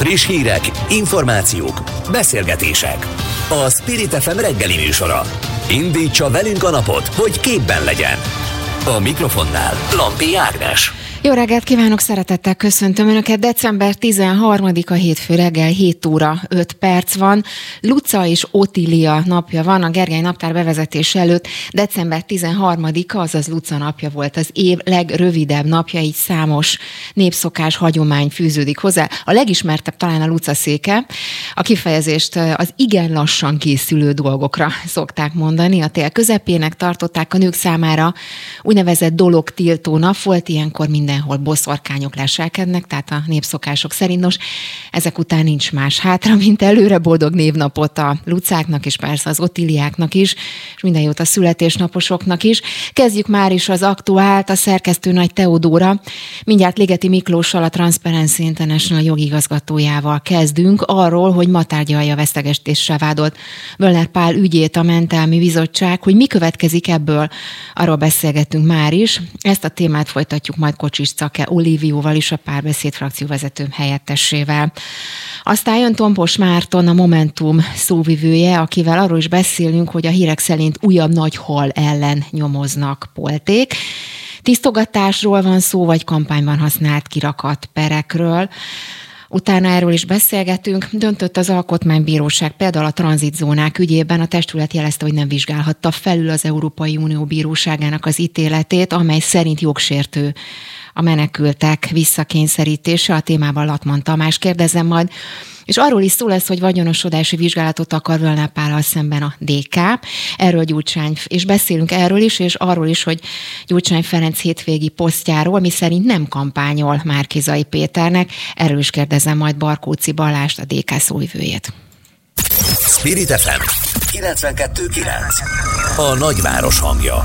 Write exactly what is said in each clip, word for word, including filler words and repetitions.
Friss hírek, információk, beszélgetések. A Spirit ef em reggeli műsora. Indítsa velünk a napot, hogy képben legyen. A mikrofonnál Lampi Ágnes. Jó reggelt kívánok, szeretettel köszöntöm Önöket. december tizenharmadika hétfő reggel hét óra öt perc van. Luca és Otília napja van. A Gergely naptár bevezetés előtt december tizenharmadika, azaz Luca napja volt az év legrövidebb napja, így számos népszokás, hagyomány fűződik hozzá. A legismertebb talán a Luca széke. A kifejezést az igen lassan készülő dolgokra szokták mondani. A tél közepének tartották, a nők számára úgynevezett dologtiltó nap volt, ilyenkor minden mindenhol boszorkányok leselkednek, tehát a népszokások szerint. Nos, ezek után nincs más hátra, mint előre boldog névnapot a Lucáknak, és persze az Otíliáknak is, és minden jót a születésnaposoknak is. Kezdjük már is az aktuált, a szerkesztő Nagy Teodóra. Mindjárt Ligeti Miklóssal, a Transparency International jogigazgatójával kezdünk arról, hogy ma tárgyalja vesztegetéssel vádolt Völner Pál ügyét a Mentelmi Bizottság, hogy mi következik ebből, arról beszélgettünk már is. Ezt a témát folytatjuk majd Kocsis Cake Olivióval is, a Párbeszéd frakcióvezető helyettesével. Aztán jön Tompos Márton, a Momentum szóvivője, akivel arról is beszélünk, hogy a hírek szerint újabb nagy hal ellen nyomoznak polték. Tisztogatásról van szó, vagy kampányban használt kirakat perekről. Utána erről is beszélgetünk. Döntött az Alkotmánybíróság például a tranzitzónák ügyében. A testület jelezte, hogy nem vizsgálhatta felül az Európai Unió Bíróságának az ítéletét, amely szerint jogsértő a menekültek visszakényszerítése. A témában Latman Tamás kérdezem majd. És arról is szó lesz, hogy vagyonosodási vizsgálatot akar Völner Pállal szemben a dé ká. Erről Gyurcsány, és beszélünk erről is, és arról is, hogy Gyurcsány Ferenc hétvégi posztjáról, miszerint nem kampányol Márki-Zay Péternek. Erről is kérdezem majd Barkóczy Balást, a dé ká szóvivőjét. Spirit ef em kilencvenkettő kilenc. A nagyváros hangja.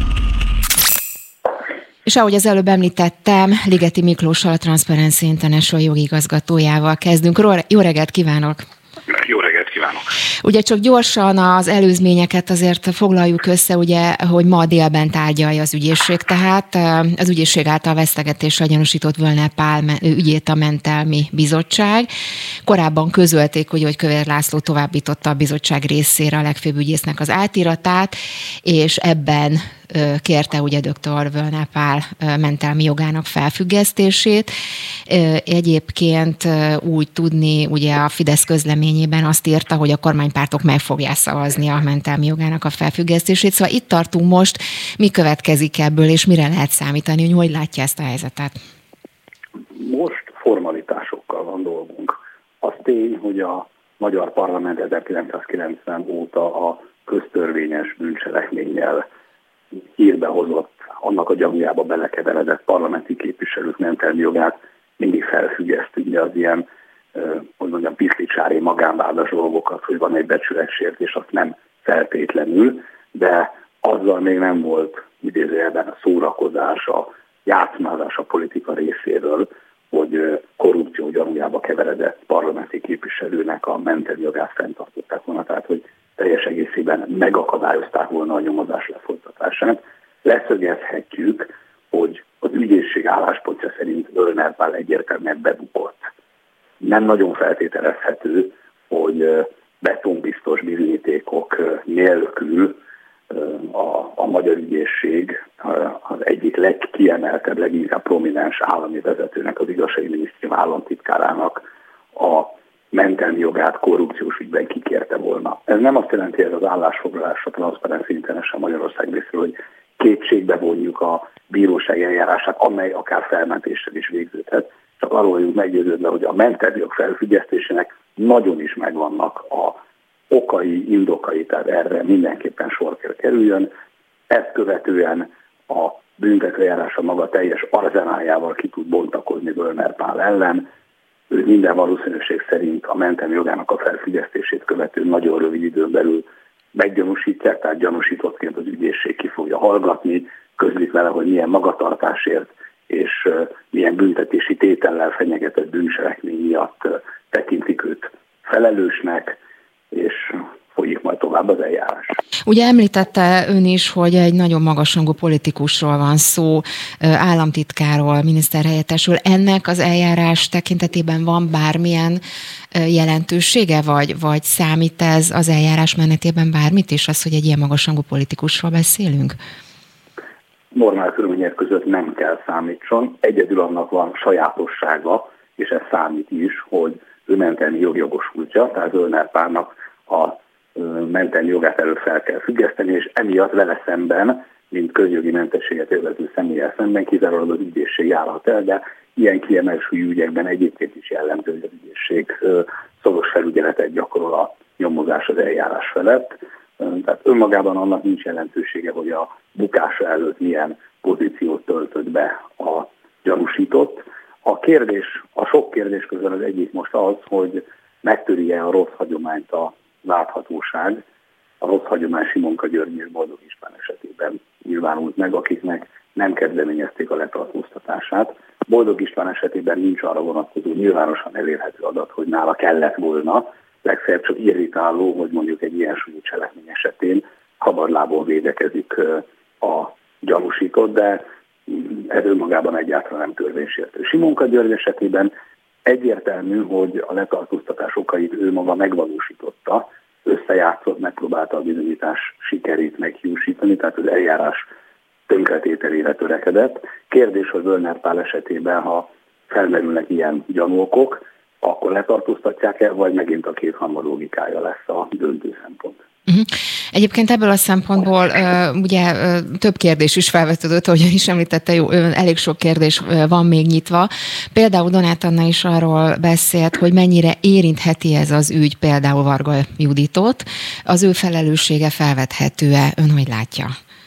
És ahogy az előbb említettem, Ligeti Miklóssal, a Transparency International jogigazgatójával kezdünk. Jó reggelt kívánok! Jó reggelt kívánok! Ugye csak gyorsan az előzményeket azért foglaljuk össze, ugye, hogy ma délben tárgyalja az ügyészség, tehát az ügyészség által vesztegetésre gyanúsított Völner Pál ügyét a Mentelmi Bizottság. Korábban közölték, hogy, hogy Kövér László továbbította a bizottság részére a legfőbb ügyésznek az átiratát, és ebben kérte ugye dr. Völner Pál mentelmi jogának felfüggesztését. Egyébként úgy tudni, ugye a Fidesz közleményében azt írta, hogy a kormánypártok meg fogják szavazni a mentelmi jogának a felfüggesztését. Szóval itt tartunk most, mi következik ebből, és mire lehet számítani, hogy hogy látja ezt a helyzetet? Most formalitásokkal van dolgunk. Az tény, hogy a magyar parlament ezerkilencszázkilencven óta a köztörvényes bűncselekménnyel hírbe hozott, annak a gyanújába belekeveredett parlamenti képviselők mentelmi jogát mindig felfüggesztünk, de az ilyen, hogy mondjam, piszlicsári magánvádas dolgokat, hogy van egy becsületsértés, azt nem feltétlenül, de azzal még nem volt idézőjelben a szórakozás, a játszmázás a politika részéről, hogy korrupció gyanújába keveredett parlamenti képviselőnek a mentelmi jogát fenntartották volna, tehát hogy teljes egészében megakadályozták volna a nyomozás lefolytatását. Leszögezhetjük, hogy az ügyészség álláspontja szerint Völner Pál egyértelműen bebukott. Nem nagyon feltételezhető, hogy betonbiztos bizonyítékok nélkül a, a magyar ügyészség az egyik legkiemeltebb, leginkább prominens állami vezetőnek, az igazságügyminisztérium államtitkárának a mentelmi jogát korrupciós ügyben kikérte volna. Ez nem azt jelenti, hogy az állásfoglalás a Transparency International Magyarország részéről, hogy kétségbe vonjuk a bíróság eljárását, amely akár felmentéssel is végződhet. Csak arról vagyunk meggyőződve, hogy a mentelmi jog felfüggesztésének nagyon is megvannak a okai, indokai, tehát erre mindenképpen sor kell kerüljön. Ezt követően a büntetőeljárása maga teljes arzenájával ki tud bontakozni Völner Pál ellen. Ő minden valószínűség szerint a mentelmi jogának a felfüggesztését követő nagyon rövid időn belül meggyanúsítják, tehát gyanúsítottként az ügyészség ki fogja hallgatni, közlik vele, hogy milyen magatartásért és milyen büntetési tétellel fenyegetett bűncselekmény miatt tekintik őt felelősnek, és folyik majd tovább az eljárás. Ugye említette ön is, hogy egy nagyon magasrangú politikusról van szó, államtitkáról, miniszterhelyettesről. Ennek az eljárás tekintetében van bármilyen jelentősége, vagy, vagy számít ez az eljárás menetében bármit is, az, hogy egy ilyen magasrangú politikusról beszélünk? Normál körülmények között nem kell számítson. Egyedül annak van sajátossága, és ez számít is, hogy ő mentelmi jogjogosultja, tehát Zöllner Pálnak a mentelmi jogát előtt fel kell függeszteni, és emiatt vele szemben, mint közjogi mentességet élvező személlyel szemben kizárólag az ügyészség járhat el, de ilyen kiemelt súlyú ügyekben egyébként is jellemző, hogy az ügyészség szoros felügyeletet gyakorol a nyomozás az eljárás felett. Tehát önmagában annak nincs jelentősége, hogy a bukása előtt milyen pozíciót töltött be a gyanúsított. A kérdés, a sok kérdés közül az egyik most az, hogy megtöri-e a rossz hagyományt a láthatóság. A rossz hagyomány Simonka György és Boldog István esetében nyilvánult meg, akiknek nem kezdeményezték a letartóztatását. Boldog István esetében nincs arra vonatkozó nyilvánosan elérhető adat, hogy nála kellett volna, legfeljebb csak irritáló, hogy mondjuk egy ilyen súlyú cselekmény esetén szabadlábon védekezik a gyanúsított, de ez önmagában egyáltalán nem törvénysértő. Simonka György esetében egyértelmű, hogy a letartóztatás okait ő maga megvalósította, összejátszott, megpróbálta a bizonyítás sikerét meghiúsítani, tehát az eljárás tönkretételére törekedett. Kérdés, hogy Zöllner Pál esetében, ha felmerülnek ilyen gyanúkok, akkor letartóztatják el, vagy megint a kétharmad logikája lesz a döntő szempont. Uh-huh. Egyébként ebből a szempontból uh, ugye uh, több kérdés is felvetődött, ahogyan is említette, jó, elég sok kérdés uh, van még nyitva. Például Donát Anna is arról beszélt, hogy mennyire érintheti ez az ügy például Varga Juditot. Az ő felelőssége felvethető-e? Ön hogy látja?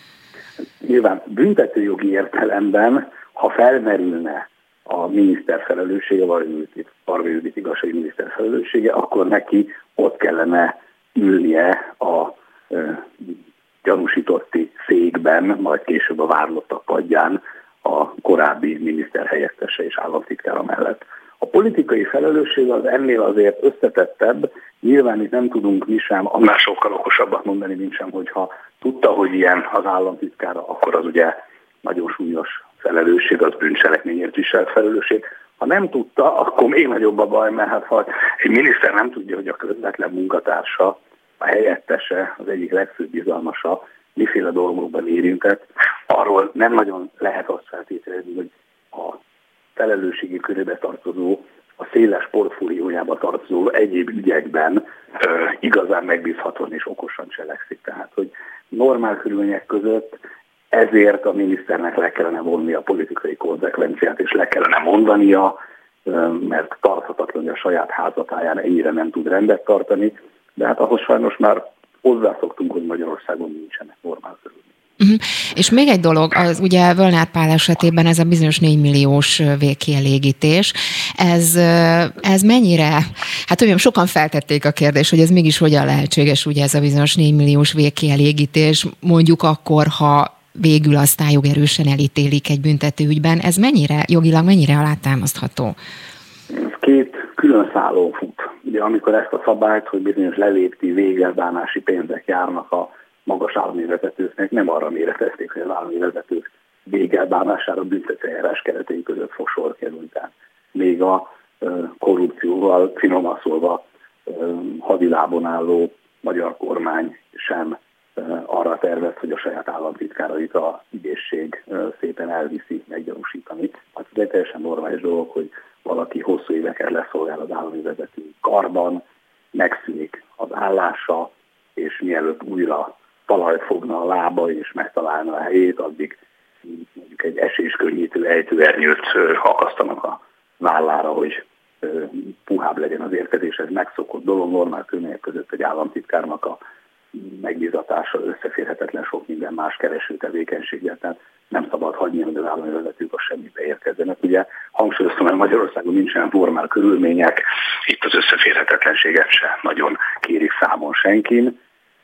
Nyilván büntetőjogi értelemben, ha felmerülne a miniszter felelőssége, Varga Judit igazságügyi miniszter felelőssége, akkor neki ott kellene ülnie a e, gyanúsítotti székben, majd később a vádlottak padján a korábbi miniszter helyettese és államtitkára mellett. A politikai felelősség az ennél azért összetettebb, nyilván itt nem tudunk mi sem, annál sokkal okosabbat mondani, mint sem, hogyha tudta, hogy ilyen az államtitkára, akkor az ugye nagyon súlyos felelősség, az bűncselekményért viselt felelősség. Ha nem tudta, akkor még nagyobb a baj, mert hát, ha egy miniszter nem tudja, hogy a közvetlen munkatársa, a helyettese, az egyik legfőbb bizalmasa, miféle dolgokban érintett, arról nem nagyon lehet azt feltételezni, hogy a felelősségi körébe tartozó, a széles portfóliójába tartozó egyéb ügyekben ö, igazán megbízhatóan és okosan cselekszik. Tehát, hogy normál körülmények között ezért a miniszternek le kellene vonni a politikai konzekvenciát, és le kellene mondania, mert tarthatatlan, hogy a saját házatáján ennyire nem tud rendet tartani, de hát ahhoz sajnos már hozzászoktunk, hogy Magyarországon nincsenek normál körülmények. Uh-huh. És még egy dolog, az ugye Zöllner Pál esetében ez a bizonyos négy milliós végkielégítés, ez, ez mennyire, hát olyan sokan feltették a kérdést, hogy ez mégis hogyan lehetséges, ugye ez a bizonyos négy milliós végkielégítés, mondjuk akkor, ha végül aztán jogerősen elítélik egy büntetőügyben, ez mennyire, jogilag mennyire alátámasztható? Ez két külön szálon fut. Ugye amikor ezt a szabályt, hogy bizonyos lelépti végelbánási pénzek járnak a magas állami vezetőknek, nem arra méretezték, hogy az állami vezetők végelbánására büntetőeljárás keretei között fog sor kerülni. Tehát még a korrupcióval, finoman szólva hadilábon álló magyar kormány sem arra tervez, hogy a saját államtitkárait a ügyészség szépen elviszi meggyanúsítani. Hát ez egy teljesen normális dolog, hogy valaki hosszú éveket leszolgál az állami vezetői karban, megszűnik az állása, és mielőtt újra talajt fogna a lába és megtalálna a helyét, addig mondjuk egy eséskönnyítő ejtőernyőt akasztanak a vállára, hogy puhább legyen az érkezés. Ez megszokott dolog, normál körülmények között egy államtitkárnak a megbízatása összeférhetetlen sok minden más kereső tevékenységgel, tehát nem szabad hagyni, hogy az állami vezetők a semmibe érkezzenek. Ugye hangsúlyoztam, hogy Magyarországon nincsenek normál körülmények, itt az összeférhetetlenséget se nagyon kérik számon senkin.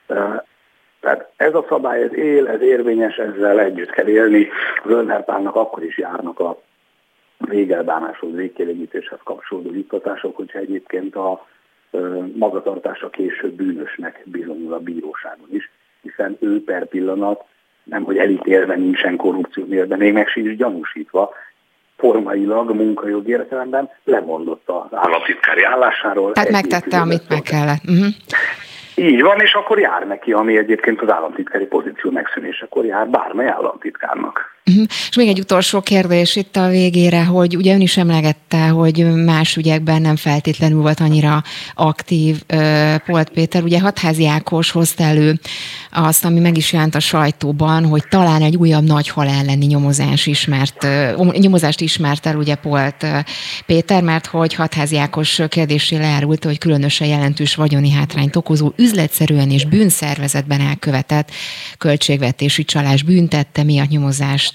Tehát ez a szabály, ez él, ez érvényes, ezzel együtt kell élni. Zöllner Pálnak akkor is járnak a végelbánáshoz, végkielégítéshez kapcsolódó juttatások, hogyha egyébként a magatartása később bűnösnek bizonyul a bíróságon is, hiszen ő per pillanat nemhogy elítélve nincsen korrupció miatt, de még meg sincs gyanúsítva, formailag, munkajogi értelemben lemondott az államtitkári állásáról. Hát megtette, amit meg kellett. Uh-huh. Így van, és akkor jár neki, ami egyébként az államtitkári pozíció megszűnésekor jár bármely államtitkárnak. Uh-huh. És még egy utolsó kérdés itt a végére, hogy ugye ön is emlegette, hogy más ügyekben nem feltétlenül volt annyira aktív uh, Polt Péter. Ugye Hatházi Ákos hozta elő azt, ami meg is jelent a sajtóban, hogy talán egy újabb nagy hal elleni nyomozás ismert, uh, nyomozást ismert el ugye Polt uh, Péter, mert hogy Hatházi Ákos kérdésére elárulta, hogy különösen jelentős vagyoni hátrányt okozó üzletszerűen és bűnszervezetben elkövetett költségvetési csalás büntette miatt nyomozást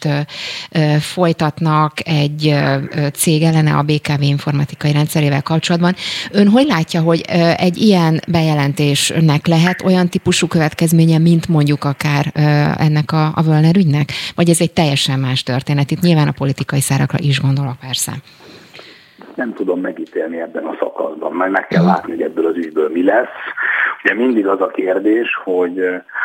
folytatnak egy cég ellene a bé ká vé informatikai rendszerével kapcsolatban. Ön hogy látja, hogy egy ilyen bejelentésnek lehet olyan típusú következménye, mint mondjuk akár ennek a, a Völner ügynek? Vagy ez egy teljesen más történet? Itt nyilván a politikai szárakra is gondolok persze. Nem tudom megítélni ebben a szakaszban, majd meg kell látni, hogy ebből az ügyből mi lesz. Ugye mindig az a kérdés, hogy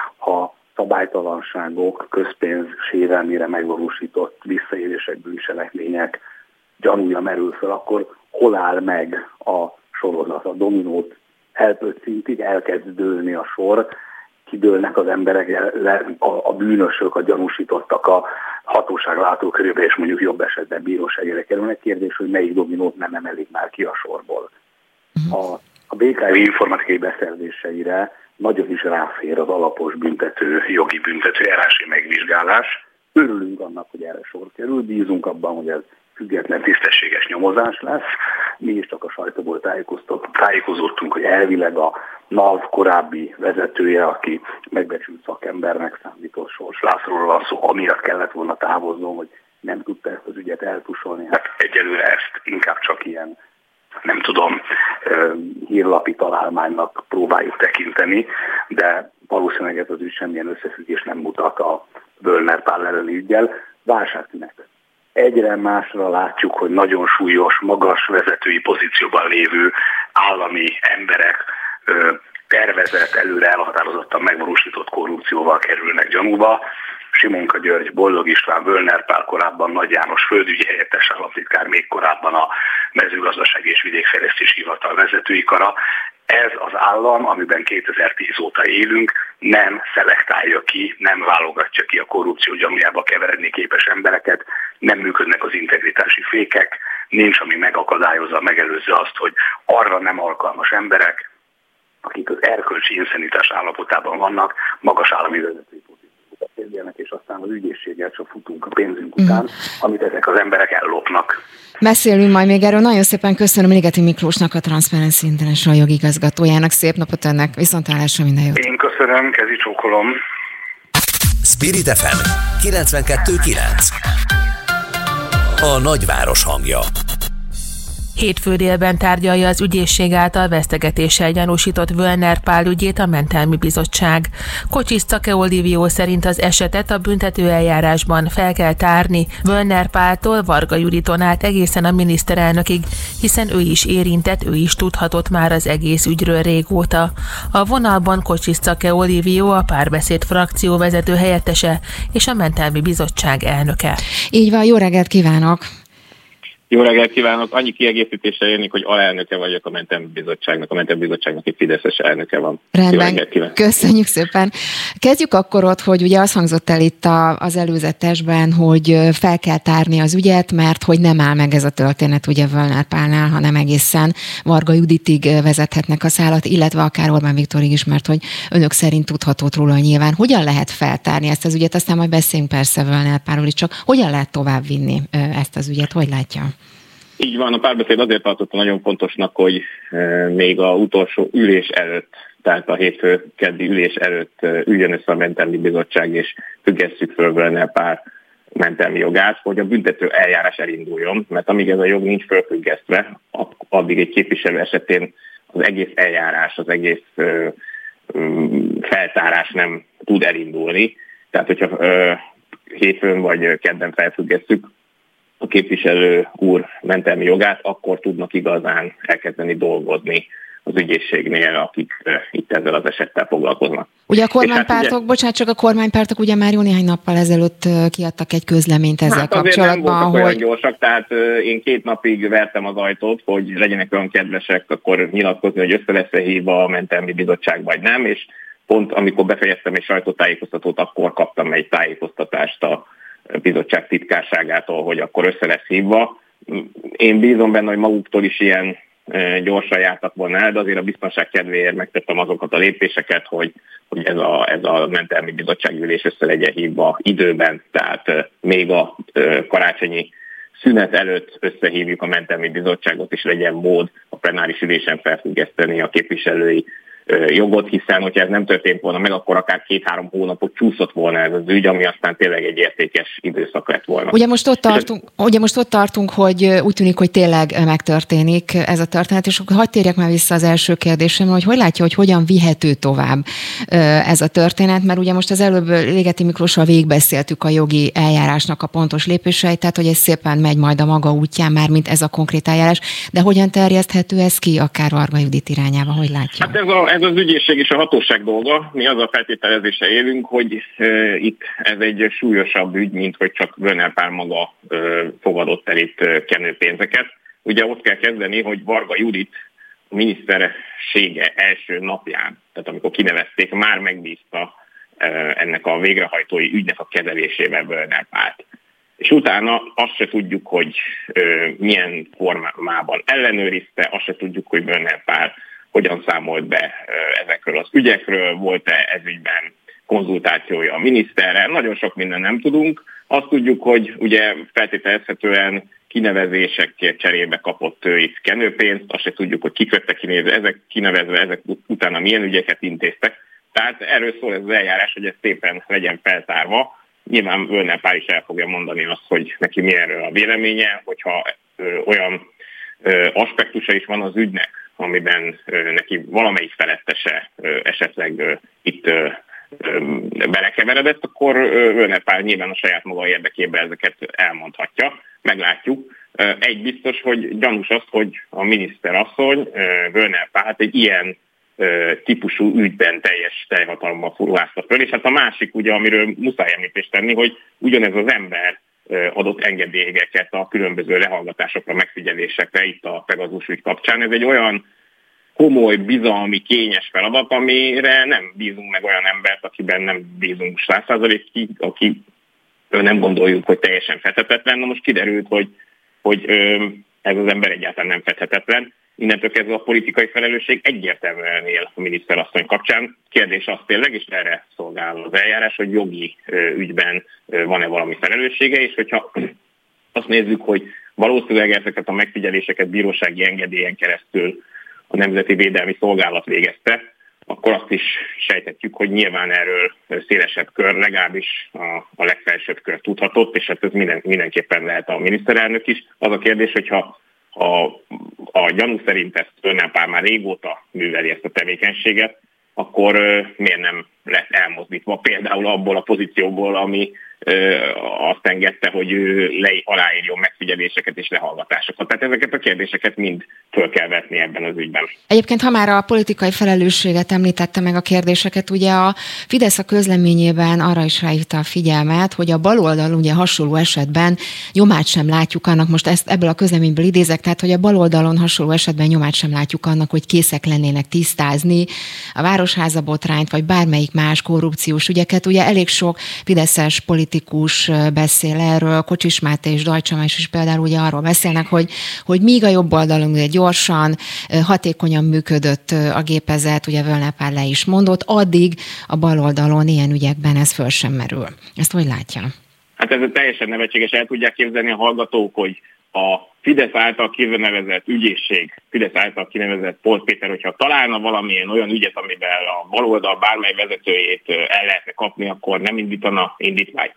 ha szabálytalanságok, közpénz sérelmére megvalósított visszaélések, bűncselekmények gyanúja merül fel, akkor hol áll meg a sorozat? A dominót elpött szintig elkezd dőlni a sor, kidőlnek az emberek, a bűnösök, a gyanúsítottak a hatóság látókörébe, és mondjuk jobb esetben bíróságére kerülnek. Kérdés, hogy melyik dominót nem emelik már ki a sorból. A, a bé ká vé informatikai beszerzéseire nagyon is ráfér az alapos büntető, jogi büntető eljárási megvizsgálás. Örülünk annak, hogy erre sor kerül, bízunk abban, hogy ez független, tisztességes nyomozás lesz. Mi is csak a sajtóból tájékozottunk, hogy elvileg a NAV korábbi vezetője, aki megbecsült szakembernek számított Sors Lászlóról van szó, amiatt kellett volna távoznom, hogy nem tudta ezt az ügyet eltusolni. Hát egyelőre ezt inkább csak ilyen, nem tudom, hírlapi találmánynak próbáljuk tekinteni, de valószínűleg ez az ügy semmilyen összefüggés nem mutat a Völner Pál elleni üggyel. Válságtünet. Egyre másra látjuk, hogy nagyon súlyos, magas vezetői pozícióban lévő állami emberek tervezett, előre elhatározottan megvalósított korrupcióval kerülnek gyanúba. Simonka György, Boldog István, Völner Pál, korábban Nagy János földügyi helyettes államtitkár, még korábban a Mezőgazdasági és Vidékfejlesztési Hivatal vezetői kara. Ez az állam, amiben kétezer-tíz óta élünk, nem szelektálja ki, nem válogatja ki a korrupció gyanújába keveredni képes embereket, nem működnek az integritási fékek, nincs, ami megakadályozza, megelőzze azt, hogy arra nem alkalmas emberek, akik az erkölcsi inszenitás állapotában vannak, magas állami vezetői pozíciókat érdemelnek, és aztán az ügyészséggel csak futunk a pénzünk után, amit ezek az emberek ellopnak. Beszélünk majd még erről. Nagyon szépen köszönöm Ligeti Miklósnak, a Transparency International jogigazgatójának. Szép napot önnek, viszontlátásra, minden jót. Én köszönöm, kezi csókolom. Spirit ef em kilencvenkettő kilenc. A nagyváros hangja. Hétfő délben tárgyalja az ügyészség által vesztegetéssel gyanúsított Völner Pál ügyét a Mentelmi Bizottság. Kocsis Czake Olivió szerint az esetet a büntetőeljárásban fel kell tárni Völner Páltól Varga Juditon át egészen a miniszterelnökig, hiszen ő is érintett, ő is tudhatott már az egész ügyről régóta. A vonalban Kocsis Czake Olivió, a Párbeszéd frakció vezető helyettese és a Mentelmi Bizottság elnöke. Így van, jó reggelt kívánok! Jó reggelt kívánok! Annyi kiegészítéssel érnék, hogy alelnöke vagyok a Mentelmi Bizottságnak. A Mentelmi Bizottságnak egy fideszes elnöke van. Rendben, köszönjük szépen. Kezdjük akkor ott, hogy ugye azt hangzott el itt a, az előzetesben, hogy fel kell tárni az ügyet, mert hogy nem áll meg ez a történet ugye Völner Pálnál, hanem egészen Varga Juditig vezethetnek a szálat, illetve akár Orbán Viktorig is, mert hogy önök szerint tudhatót róla nyilván. Hogyan lehet feltárni ezt az ügyet? Aztán majd beszéljünk persze Völner Pálról is, csak hogyan lehet továbbvinni ezt az ügyet? Hogy látja? Így van, a Párbeszéd azért tartotta nagyon fontosnak, hogy még a utolsó ülés előtt, tehát a hétfő keddi ülés előtt üljön össze a Mentelmi Bizottság, és függesszük föl Völner Pál mentelmi jogát, hogy a büntető eljárás elinduljon, mert amíg ez a jog nincs fölfüggesztve, addig egy képviselő esetén az egész eljárás, az egész feltárás nem tud elindulni. Tehát, hogyha hétfőn vagy kedden felfüggesztjük a képviselő úr mentelmi jogát, akkor tudnak igazán elkezdeni dolgozni az ügyészségnél, akik itt ezzel az esettel foglalkoznak. Ugye a kormánypártok, hát ugye, bocsánat, csak a kormánypártok ugye már jó néhány nappal ezelőtt kiadtak egy közleményt ezzel hát kapcsolatban, nem voltak hogy... olyan gyorsak, tehát én két napig vertem az ajtót, hogy legyenek olyan kedvesek, akkor nyilatkozni, hogy össze lesz-e hívva a mentelmi bizottság, vagy nem, és pont amikor befejeztem egy sajtótájékoztatót, akkor kaptam egy tájékoztatást a bizottság titkárságától, hogy akkor össze lesz hívva. Én bízom benne, hogy maguktól is ilyen gyorsan jártak volna el, de azért a biztonság kedvéért megtettem azokat a lépéseket, hogy, hogy ez a, ez a mentelmi bizottságülés össze legyen hívva időben, tehát még a karácsonyi szünet előtt összehívjuk a mentelmi bizottságot, és legyen mód a plenáris ülésen felfüggeszteni a képviselői jogot, hiszen hogyha ez nem történt volna meg, akkor akár két-három hónapot csúszott volna ez az ügy, ami aztán tényleg egy értékes időszak lett volna. Ugye most ott tartunk, ugye most ott tartunk, hogy úgy tűnik, hogy tényleg megtörténik ez a történet, és akkor hadd térjek már vissza az első kérdésemre, hogy hogy látja, hogy hogyan vihető tovább ez a történet, mert ugye most az előbb Ligeti Miklóssal végigbeszéltük a jogi eljárásnak a pontos lépéseit, tehát hogy ez szépen megy majd a maga útján már, mint ez a konkrét eljárás, de hogyan terjeszthető ez ki, akár Varga Judit irányába, hogy látja? Hát ez a Ez az ügyészség és a hatóság dolga. Mi az a feltételezése élünk, hogy e, itt ez egy súlyosabb ügy, mint hogy csak Völner Pál maga e, fogadott el itt e, kenőpénzeket. Ugye ott kell kezdeni, hogy Varga Judit a minisztersége első napján, tehát amikor kinevezték, már megbízta e, ennek a végrehajtói ügynek a kezelésével Völner Pált. És utána azt se tudjuk, hogy e, milyen formában ellenőrizte, azt se tudjuk, hogy Völner Pál hogyan számolt be ezekről az ügyekről, volt-e ezügyben konzultációja a miniszterrel, nagyon sok minden nem tudunk. Azt tudjuk, hogy ugye feltételezhetően kinevezésekért cserébe kapott ő itt kenőpénzt, azt se tudjuk, hogy kik lettek kinevezve, ezek kinevezve, ezek utána milyen ügyeket intéztek. Tehát erről szól ez az eljárás, hogy ez szépen legyen feltárva. Nyilván Völner Pál is el fogja mondani azt, hogy neki mi erről a véleménye, hogyha ö, olyan ö, aspektusa is van az ügynek, amiben ö, neki valamelyik felettese ö, esetleg ö, itt ö, ö, belekeveredett, akkor Völner Pál nyilván a saját maga érdekében ezeket elmondhatja. Meglátjuk. Ö, egy biztos, hogy gyanús az, hogy a miniszterasszony Völner Pált egy ilyen ö, típusú ügyben teljes teljhatalommal ruházta föl, és hát a másik, ugye, amiről muszáj említést tenni, hogy ugyanez az ember adott engedélyeket a különböző lehallgatásokra, megfigyelésekre itt a Pegazus ügy kapcsán. Ez egy olyan komoly, bizalmi, kényes feladat, amire nem bízunk meg olyan embert, akiben nem bízunk száz százalékig, aki nem gondoljuk, hogy teljesen fethetetlen. Na most kiderült, hogy, hogy ez az ember egyáltalán nem fethetetlen. Innentől kezdve a politikai felelősség egyértelműen él a miniszterasszony kapcsán. Kérdés az tényleg, és erre szolgál az eljárás, hogy jogi ügyben van-e valami felelőssége, és hogyha azt nézzük, hogy valószínűleg ezeket a megfigyeléseket bírósági engedélyen keresztül a Nemzeti Védelmi Szolgálat végezte, akkor azt is sejthetjük, hogy nyilván erről szélesebb kör, legalábbis a, a legfelsőbb kör tudhatott, és hát ez minden, mindenképpen lehet a miniszterelnök is. Az a kérdés, hogyha A, a gyanú szerint ezt Völner Pál már régóta műveli ezt a tevékenységet, akkor ö, miért nem lett elmozdítva például abból a pozícióból, ami ö, azt engedte, hogy ő le, aláírjon megfigyeléseket és lehallgatásokat. Tehát ezeket a kérdéseket mind föl kell vetni ebben az ügyben. Egyébként, ha már a politikai felelősséget említette meg a kérdéseket, ugye a Fidesz a közleményében arra is ráhívta a figyelmet, hogy a baloldal ugye hasonló esetben nyomát sem látjuk annak, most ezt ebből a közleményből idézek, tehát hogy a baloldalon hasonló esetben nyomát sem látjuk annak, hogy készek lennének tisztázni a Városháza botrányt, vagy bármelyik más korrupciós ügyeket. Ugye elég sok fideszes politikus beszél erről, Kocsis Máté és Dajcs Tamás is például ugye arról beszélnek, hogy, hogy míg a jobb oldalon ugye gyorsan, hatékonyan működött a gépezet, ugye Völner Pál le is mondott, addig a bal oldalon ilyen ügyekben ez föl sem merül. Ezt hogy látja? Hát ez teljesen nevetséges, el tudják képzelni a hallgatók, hogy a Fidesz által kinevezett ügyészség, Fidesz által kinevezett Polt Péter, hogyha találna valamilyen olyan ügyet, amivel a baloldal bármely vezetőjét el lehetne kapni, akkor nem indítana indítványt.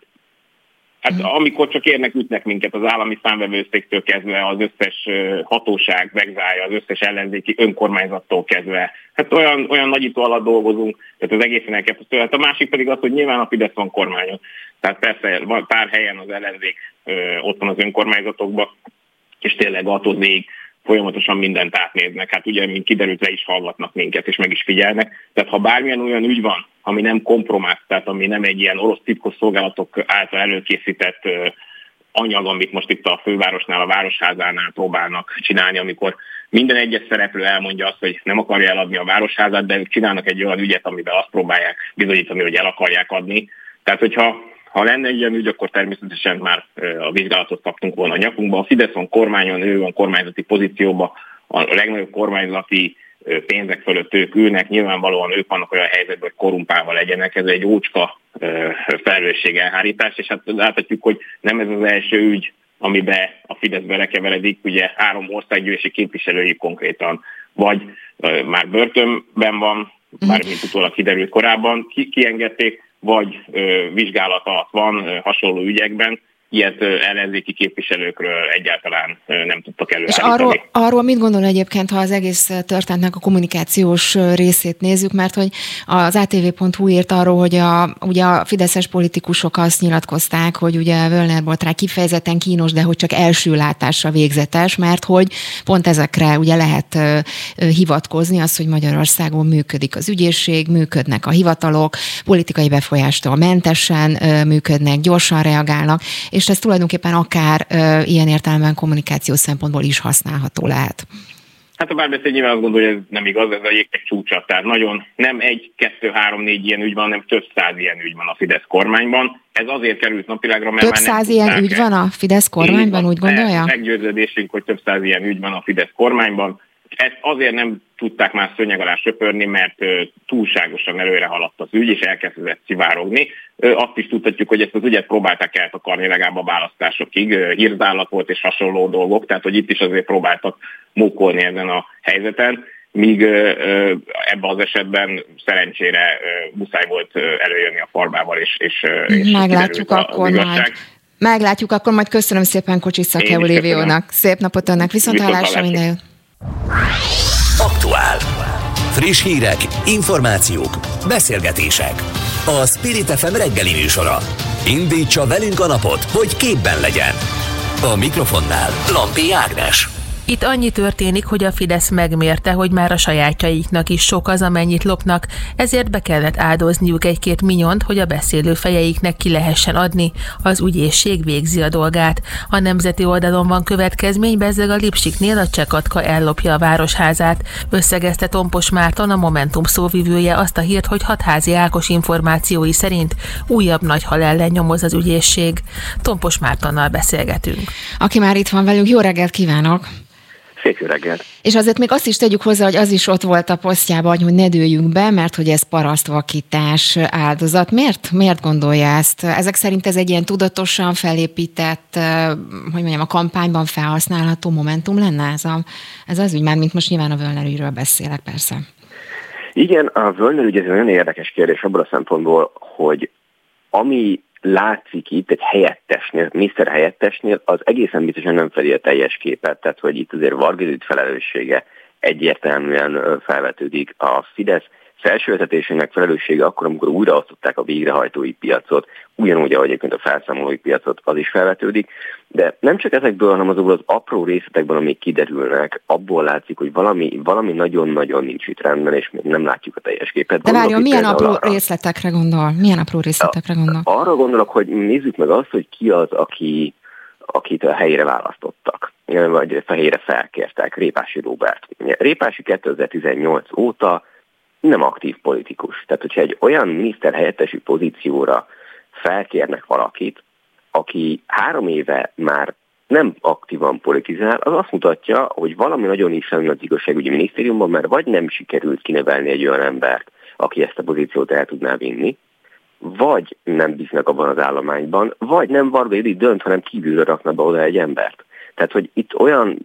Hát amikor csak érnek, ütnek minket az állami számvevőszéktől kezdve, az összes hatóság vegzálja, az összes ellenzéki önkormányzattól kezdve. Hát olyan, olyan nagyító alatt dolgozunk, tehát az egészen elképesztő. Hát a másik pedig az, hogy nyilván a Fidesz van kormányon. Tehát persze van pár helyen az ellenzék ott van az önkormányzatokban, és tényleg attól még folyamatosan mindent átnéznek. Hát ugye, mint kiderült, le is hallgatnak minket, és meg is figyelnek. Tehát ha bármilyen olyan ügy van, ami nem kompromált, tehát ami nem egy ilyen orosz titkos szolgálatok által előkészített anyag, amit most itt a fővárosnál, a Városházánál próbálnak csinálni, amikor minden egyes szereplő elmondja azt, hogy nem akarja eladni a Városházát, de ők csinálnak egy olyan ügyet, amiben azt próbálják bizonyítani, hogy el akarják adni. Tehát, hogyha ha lenne egy ilyen ügy, akkor természetesen már a vizsgálatot kaptunk volna a nyakunkba. A Fidesz van kormányon, ő van kormányzati pozícióban, a legnagyobb kormányzati pénzek fölött ők ülnek, nyilvánvalóan ők vannak olyan helyzetben, hogy korrumpálva legyenek, ez egy ócska felelősségelhárítás, és hát láthatjuk, hogy nem ez az első ügy, amiben a Fidesz belekeveredik, ugye három országgyűlési képviselői konkrétan, vagy már börtönben van, bármint utólag kiderült korábban, ki, kiengedték, vagy ö, vizsgálat alatt van ö, hasonló ügyekben, ilyet ö, ellenzéki képviselőkről egyáltalán ö, nem tudtak előállítani. És arról, arról mit gondol egyébként, ha az egész történetnek a kommunikációs részét nézzük, mert hogy az á té vé pont hú írt arról, hogy a, ugye a fideszes politikusok azt nyilatkozták, hogy ugye Völner botrány kifejezetten kínos, de hogy csak első látásra végzetes, mert hogy pont ezekre ugye lehet ö, ö, hivatkozni, az, hogy Magyarországon működik az ügyészség, működnek a hivatalok, politikai befolyástól mentesen ö, működnek, gyorsan reagálnak, és ez tulajdonképpen akár ö, ilyen értelemben kommunikációs szempontból is használható lehet. Hát a Párbeszéd nyilván azt gondolja, hogy ez nem igaz, ez a jégtek csúcsa. Tehát nagyon nem egy, kettő, három, négy ilyen ügy van, hanem több száz ilyen ügy van a Fidesz kormányban. Ez azért került napvilágra, mert több már nem száz ilyen ügy van a Fidesz kormányban, úgy gondolja? Meggyőződésünk, hogy több száz ilyen ügy van a Fidesz kormányban. Ezt azért nem tudták már szőnyeg alá söpörni, mert túlságosan előre haladt az ügy, és elkezdett szivárogni. Azt is tudhatjuk, hogy ezt az ügyet próbálták eltakarni legalább a választásokig. Hírzállat volt és hasonló dolgok, tehát hogy itt is azért próbáltak mókolni ezen a helyzeten, míg ebben az esetben szerencsére muszáj volt előjönni a farbával, és, és, és meglátjuk akkor majd. Meglátjuk akkor majd. Köszönöm szépen Kocsis Szake Oliviónak. Szép napot önnek, viszonthallásra, minden jót. Aktuál. Friss hírek, információk, beszélgetések. A Spirit ef em reggeli műsora. Indítsa velünk a napot, hogy képben legyen. A mikrofonnál Lampi Ágnes. Itt annyi történik, hogy a Fidesz megmérte, hogy már a sajátjaiknak is sok az, amennyit lopnak, ezért be kellett áldozniuk egy-két minyont, hogy a beszélő fejeiknek ki lehessen adni. Az ügyészség végzi a dolgát. A nemzeti oldalon van következmény, bezzeg a Lipsiknél a Csekatka ellopja a Városházát. Összegezte Tompos Márton, a Momentum szóvivője azt a hírt, hogy Hatházi Ákos információi szerint újabb nagy hal ellen nyomoz az ügyészség. Tompos Mártonnal beszélgetünk. Aki már itt van velünk, jó reggelt kívánok! Szép jó reggelt. És azért még azt is tegyük hozzá, hogy az is ott volt a posztjában, hogy ne dőljünk be, mert hogy ez parasztvakítás áldozat. Miért? Miért gondolja ezt? Ezek szerint ez egy ilyen tudatosan felépített, hogy mondjam, a kampányban felhasználható momentum lenne ez, a, ez az ügy, már mint most nyilván a Völner ügyről beszélek, persze. Igen, a Völner ügy ez egy nagyon érdekes kérdés abban a szempontból, hogy ami látszik itt egy helyettesnél, miniszter helyettesnél, az egészen biztosan nem fedi a teljes képet, tehát hogy itt azért Varga Judit felelőssége egyértelműen felvetődik. A Fidesz felsővezetésének felelőssége akkor, amikor újraosztották a végrehajtói piacot, ugyanúgy, ahogy egyébként a felszámolói piacot, az is felvetődik, de nem csak ezekből, hanem azokból az apró részletekből, amik kiderülnek, abból látszik, hogy valami, valami nagyon-nagyon nincs itt rendben, és még nem látjuk a teljes képet. De várjon, milyen apró arra, részletekre gondol? Milyen apró részletekre gondol? Arra gondolok, hogy nézzük meg azt, hogy ki az, aki, akit a helyére választottak, vagy a helyére felkértek, Répási Róbert. Répási kétezer-tizennyolc óta nem aktív politikus. Tehát, hogyha egy olyan miniszterhelyettesi pozícióra felkérnek valakit, aki három éve már nem aktívan politizál, az azt mutatja, hogy valami nagyon is az igazságügyi minisztériumban, mert vagy nem sikerült kinevelni egy olyan embert, aki ezt a pozíciót el tudná vinni, vagy nem bíznak abban az állományban, vagy nem Varga Judit dönt, hanem kívülről raknak be oda egy embert. Tehát, hogy itt olyan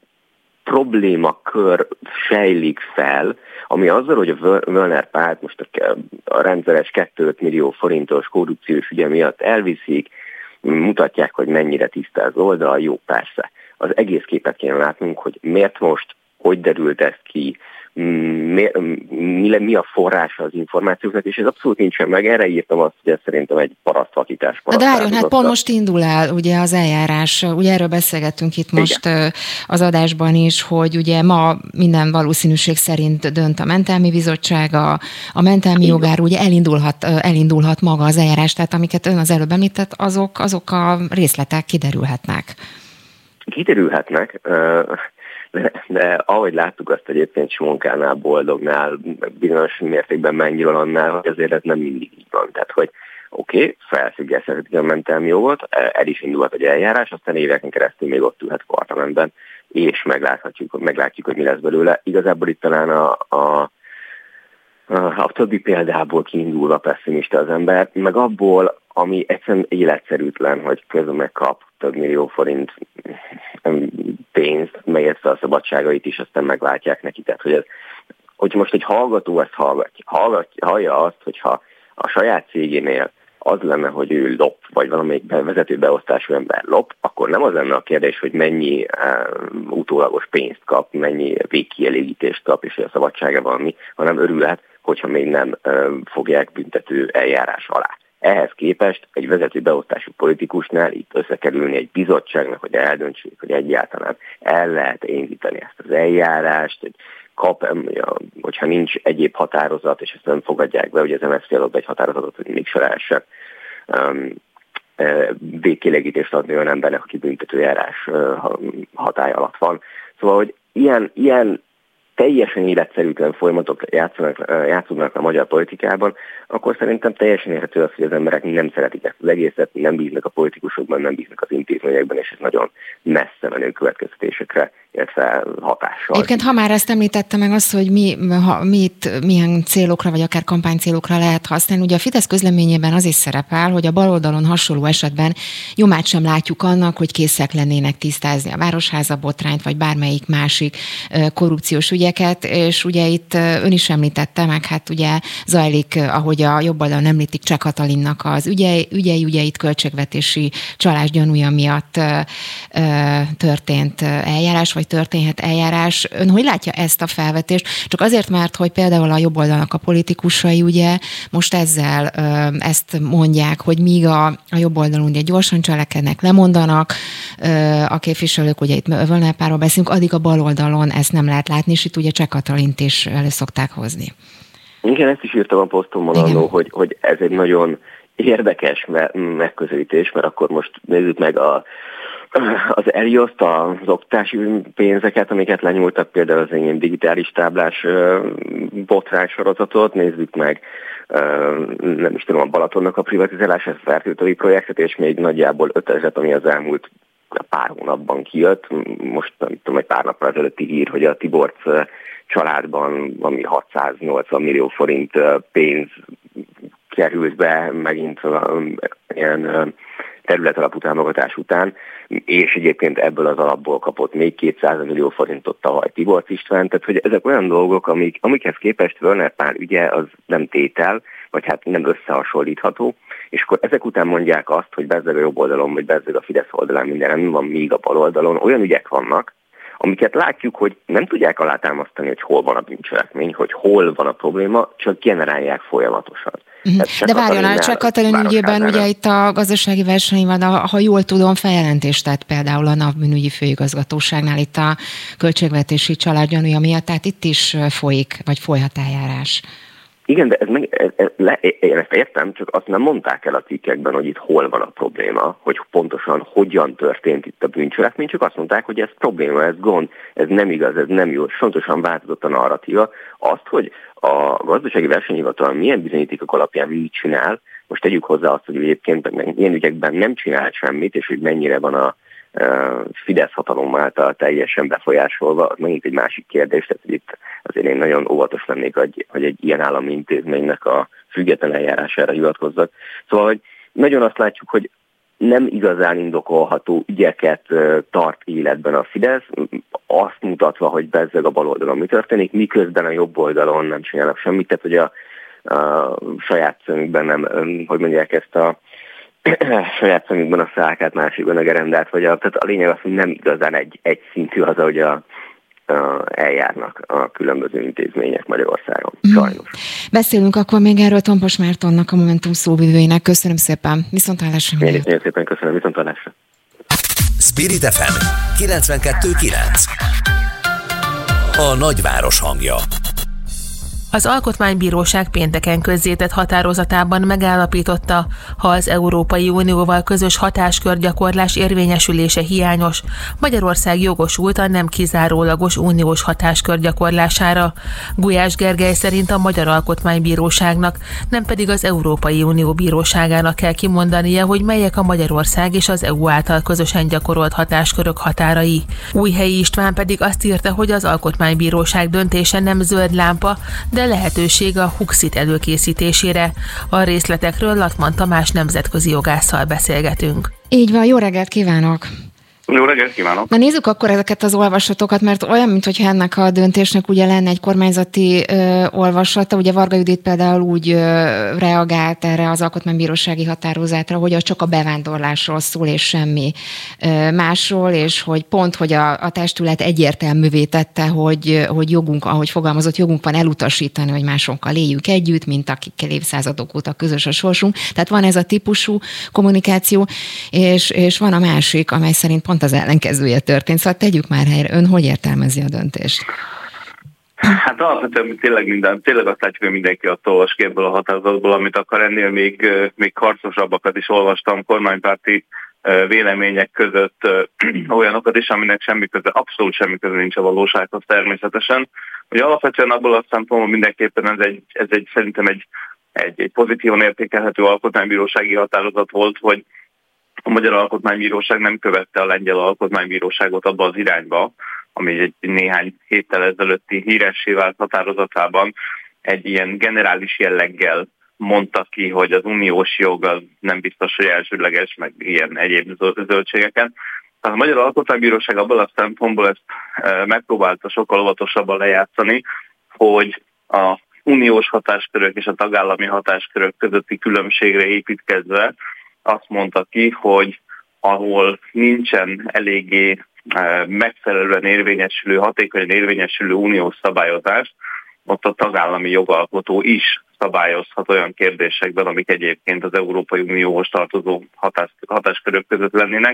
problémakör sejlik fel, ami azzal, hogy a Völner párt most a, a rendszeres kettő millió forintos korrupciós ügye miatt elviszik, mutatják, hogy mennyire tisztáz oldal, jó persze. Az egész képet kéne látnunk, hogy miért most, hogy derült ez ki, mi, mi, mi a forrása az információknak, és ez abszolút nincsen meg. Erre írtam azt, hogy ez szerintem egy parasztvakítás. De várjon, hát pont most indul el ugye az eljárás, ugye erről beszélgettünk itt most Igen. az adásban is, hogy ugye ma minden valószínűség szerint dönt a mentelmi bizottság, a, a mentelmi Igen. jogár, ugye elindulhat, elindulhat maga az eljárás, tehát amiket ön az előbb említett, azok, azok a részletek kiderülhetnek. Kiderülhetnek, de, de ahogy láttuk azt egyébként Simonkánál, Boldognál, bizonyos mértékben Mennyivalonnál, hogy azért ez nem mindig így van. Tehát, hogy oké, okay, felfüggeszthetik a mentelmi jogot, el is indulhat egy eljárás, aztán éveken keresztül még ott ülhet parlamentben, és megláthatjuk, meglátjuk, hogy mi lesz belőle. Igazából itt talán a, a, a, a többi példából kiindulva pessimista az ember, meg abból, ami egyszerűen életszerűtlen, hogy közben megkap több millió forint pénzt, megértve a szabadságait is, aztán megváltják neki. Tehát, hogy, ez, hogy most egy hallgató ezt hallgatja, hallgatja, hallja azt, hogyha a saját cégénél az lenne, hogy ő lop, vagy valamelyik vezető beosztású ember lop, akkor nem az lenne a kérdés, hogy mennyi uh, utólagos pénzt kap, mennyi végkielégítést kap, és a szabadsága valami, hanem örülhet, hogyha még nem uh, fogják büntető eljárás alá. Ehhez képest egy vezető beosztású politikusnál itt összekerülni egy bizottságnak, hogy eldöntsék, hogy egyáltalán el lehet indítani ezt az eljárást, hogy kap, hogyha nincs egyéb határozat, és ezt nem fogadják be, hogy az em es zé adott egy határozatot, hogy még se lehessen um, végkielégítést adni olyan embernek, aki büntetőjárás hatály alatt van. Szóval, hogy ilyen, ilyen teljesen életszerűtlen folyamatok játszanak, játszódnak a magyar politikában, akkor szerintem teljesen érhető az, hogy az emberek nem szeretik ezt az egészet, nem bíznak a politikusokban, nem bíznak az intézményekben, és ez nagyon messze menő következtetésekre, illetve hatással. Egyébként, ha már ezt említette meg azt, hogy mi, ha, mit, milyen célokra, vagy akár kampánycélokra lehet használni, ugye a Fidesz közleményében az is szerepel, hogy a baloldalon hasonló esetben nyomát sem látjuk annak, hogy készek lennének tisztázni a Városháza botrányt, vagy bármelyik másik korrupciós ügyeket, és ugye itt ön is említette, meg hát ugye zajlik, ahogy a jobb oldalon említik, Cseh Katalinnak az ügyei, ügyei, ügyeit költségvetési csalás gyanúja miatt ö, ö, történt eljárás, vagy történhet eljárás. Ön hogy látja ezt a felvetést? Csak azért, mert hogy például a jobb oldalnak a politikusai ugye most ezzel ö, ezt mondják, hogy míg a, a jobb oldalon ugye gyorsan cselekednek, lemondanak, ö, a képviselők, ugye itt Völner-Pálról beszélünk, addig a bal oldalon ezt nem lehet látni, és itt ugye Cseh Katalint is elő szokták hozni. Igen, ezt is írtam a posztomon annól, hogy, hogy ez egy nagyon érdekes megközelítés, mert akkor most nézzük meg a, az Elioszt, az oktatási pénzeket, amiket lenyúltak, például az én digitális táblás botrány sorozatot, nézzük meg nem is tudom, a Balatonnak a privatizálását, a fertőtői projektet, és még nagyjából ötezret, ami az elmúlt pár hónapban kijött. Most nem tudom, egy pár nappal ezelőtti hír, hogy a Tiborc családban ami hatszáznyolcvan millió forint pénz került be megint ilyen területalapú támogatás után, és egyébként ebből az alapból kapott még kétszáz millió forintot tavaly Tiborc István, tehát hogy ezek olyan dolgok, amik, amikhez képest Völner-Pál ügye az nem tétel, vagy hát nem összehasonlítható, és akkor ezek után mondják azt, hogy bezzeg a jobb oldalon, vagy bezzeg a Fidesz oldalán minden nem van, míg a bal oldalon olyan ügyek vannak, amiket látjuk, hogy nem tudják alátámasztani, hogy hol van a bűncselekmény, hogy hol van a probléma, csak generálják folyamatosan. Uh-huh. De várjon, a Cseh Katalin ügyében ugye itt a gazdasági verseny van, ha jól tudom, feljelentést tett például a NAV bűnügyi főigazgatóságnál itt a költségvetési család gyanúja miatt, tehát itt is folyik, vagy folyhat eljárás. Igen, de ez meg, ez, ez, le, én ezt értem, csak azt nem mondták el a cikkekben, hogy itt hol van a probléma, hogy pontosan hogyan történt itt a bűncselekmény, csak azt mondták, hogy ez probléma, ez gond, ez nem igaz, ez nem jó. Fontosan változott a narratíva. Azt, hogy a gazdasági versenyhivatal milyen bizonyítékok alapján mit csinál, most tegyük hozzá azt, hogy egyébként ilyen ügyekben nem csinál semmit, és hogy mennyire van a Fidesz hatalom által teljesen befolyásolva, az megint egy másik kérdés, tehát hogy itt azért én nagyon óvatos lennék, hogy, hogy egy ilyen állami intézménynek a független eljárására hivatkozzak. Szóval, hogy nagyon azt látjuk, hogy nem igazán indokolható ügyeket tart életben a Fidesz, azt mutatva, hogy bezzeg a bal oldalon mi történik, miközben a jobb oldalon nem csinálnak semmit, tehát hogy a, a saját szemükben nem, hogy mondják ezt a saját szemükben a szálkát, másikban a gerendát, vagy a, tehát a lényeg az, hogy nem igazán egy, egy szintű az, ahogy a, eljárnak a különböző intézmények Magyarországon, sajnos. Beszélünk akkor még erről Tompos Mártonnak, a Momentum szóvivőjének. Köszönöm szépen. Viszontlátásra. Én is nagyon szépen köszönöm, viszontlátásra. Spirit ef em kilencvenkettő kilenc. A nagyváros hangja. Az Alkotmánybíróság pénteken közzétett határozatában megállapította, ha az Európai Unióval közös hatáskörgyakorlás érvényesülése hiányos, Magyarország jogosult a nem kizárólagos uniós hatáskör gyakorlására. Gulyás Gergely szerint a Magyar Alkotmánybíróságnak, nem pedig az Európai Unió Bíróságának kell kimondania, hogy melyek a Magyarország és az é u által közösen gyakorolt hatáskörök határai. Újhelyi István pedig azt írta, hogy az Alkotmánybíróság döntése nem zöld lámpa, de lehetőség a Huxit előkészítésére. A részletekről Latman Tamás nemzetközi jogásszal beszélgetünk. Így van, jó reggelt kívánok! Jó reggelt kívánok! Na nézzük akkor ezeket az olvasatokat, mert olyan, mintha ennek a döntésnek ugye lenne egy kormányzati ö, olvasata. Ugye Varga Judit például úgy ö, reagált erre az alkotmánybírósági határozatra, hogy az csak a bevándorlásról szól, és semmi ö, másról, és hogy pont, hogy a, a testület egyértelművé tette, hogy, hogy jogunk, ahogy fogalmazott, jogunk van elutasítani, hogy másokkal éljünk együtt, mint akikkel évszázadok óta közös a sorsunk. Tehát van ez a típusú kommunikáció, és, és van a másik, amely szerint pont az ellenkezője történt. Szóval tegyük már helyre. Ön hogy értelmezi a döntést? Hát alapvetően tényleg, minden, tényleg azt látjuk, hogy mindenki azt olvas ki ebből a határozatból, amit akar. Ennél még, még harcosabbakat is olvastam, kormánypárti vélemények között olyanokat is, aminek semmi köze, abszolút semmi köze nincs a valósághoz természetesen. Ugye alapvetően abból a szempontból mindenképpen ez egy, ez egy szerintem egy, egy, egy pozitívan értékelhető alkotmánybírósági határozat volt, hogy a Magyar Alkotmánybíróság nem követte a lengyel alkotmánybíróságot abba az irányba, ami egy néhány héttel ezelőtti híressé vált határozatában egy ilyen generális jelleggel mondta ki, hogy az uniós jog az nem biztos, hogy elsődleges, meg ilyen egyéb zöldségeken. Tehát a Magyar Alkotmánybíróság abban a szempontból ezt megpróbálta sokkal óvatosabban lejátszani, hogy a uniós hatáskörök és a tagállami hatáskörök közötti különbségre építkezve azt mondta ki, hogy ahol nincsen eléggé megfelelően érvényesülő, hatékonyan érvényesülő uniós szabályozás, ott a tagállami jogalkotó is szabályozhat olyan kérdésekben, amik egyébként az Európai Unióhoz tartozó hatás, hatáskörök között lennének,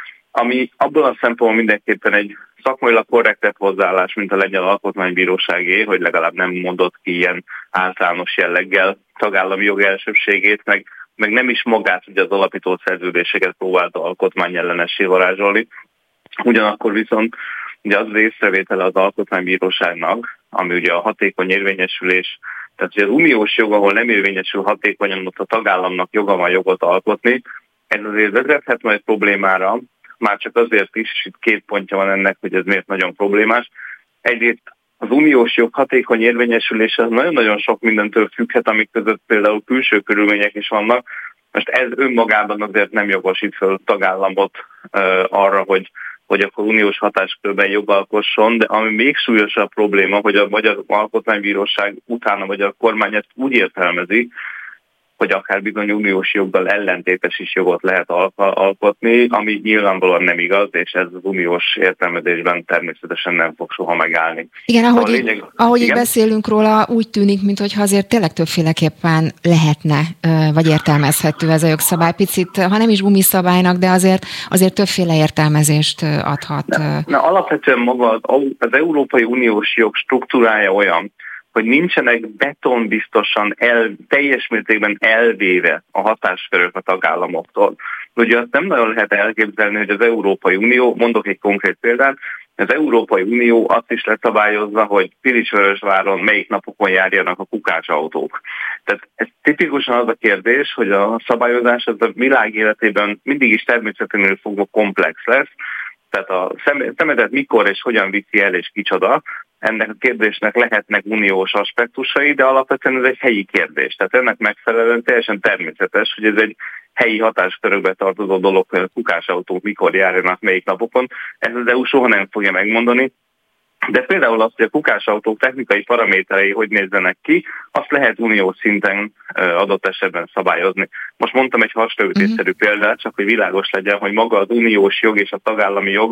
ami abban a szempontból mindenképpen egy szakmailag korrektebb hozzáállás, mint a lengyel alkotmánybíróságé, hogy legalább nem mondott ki ilyen általános jelleggel tagállami jog elsőbségét, meg meg nem is magát, ugye az alapító szerződéseket próbálta alkotmányellenessé varázsolni. Ugyanakkor viszont ugye az észrevétele az alkotmánybíróságnak, ami ugye a hatékony érvényesülés, tehát ugye az uniós jog, ahol nem érvényesül hatékonyan, ott a tagállamnak joga van jogot alkotni, ez azért vezethet majd problémára, már csak azért is, és itt két pontja van ennek, hogy ez miért nagyon problémás. Egyrészt az uniós jog hatékony érvényesülése nagyon-nagyon sok mindentől függhet, amik között például külső körülmények is vannak. Most ez önmagában azért nem jogosít föl tagállamot uh, arra, hogy, hogy akkor uniós hatáskörben jogalkosson, de ami még súlyosabb probléma, hogy a Magyar Alkotmánybíróság utána a magyar kormány ezt úgy értelmezi, hogy akár bizony uniós joggal ellentétes is jogot lehet alkotni, ami nyilvánvalóan nem igaz, és ez az uniós értelmezésben természetesen nem fog soha megállni. Igen, ahogy, lényeg, ahogy igen? így beszélünk róla, úgy tűnik, mintha azért tényleg többféleképpen lehetne, vagy értelmezhető ez a jogszabály. Picit, ha nem is gumiszabálynak, de azért, azért többféle értelmezést adhat. Na, na, alapvetően maga az, az Európai Uniós jog struktúrája olyan, hogy nincsenek betonbiztosan el, teljes mértékben elvéve a hatáskörök a tagállamoktól. Ugye azt nem nagyon lehet elképzelni, hogy az Európai Unió, mondok egy konkrét példát, az Európai Unió azt is leszabályozza, hogy Pilisvörösváron melyik napokon járjanak a kukácsautók. Tehát ez tipikusan az a kérdés, hogy a szabályozás az a világ életében mindig is természeténél fogva komplex lesz, tehát a szemetet mikor és hogyan viszi el és kicsoda, ennek a kérdésnek lehetnek uniós aspektusai, de alapvetően ez egy helyi kérdés. Tehát ennek megfelelően teljesen természetes, hogy ez egy helyi hatáskörökbe tartozó dolog, hogy a kukásautók mikor járjanak melyik napokon. Ez az é u soha nem fogja megmondani. De például azt, hogy a kukásautók technikai paraméterei hogy nézzenek ki, azt lehet uniós szinten adott esetben szabályozni. Most mondtam egy hasonlótésszerű példát, csak hogy világos legyen, hogy maga az uniós jog és a tagállami jog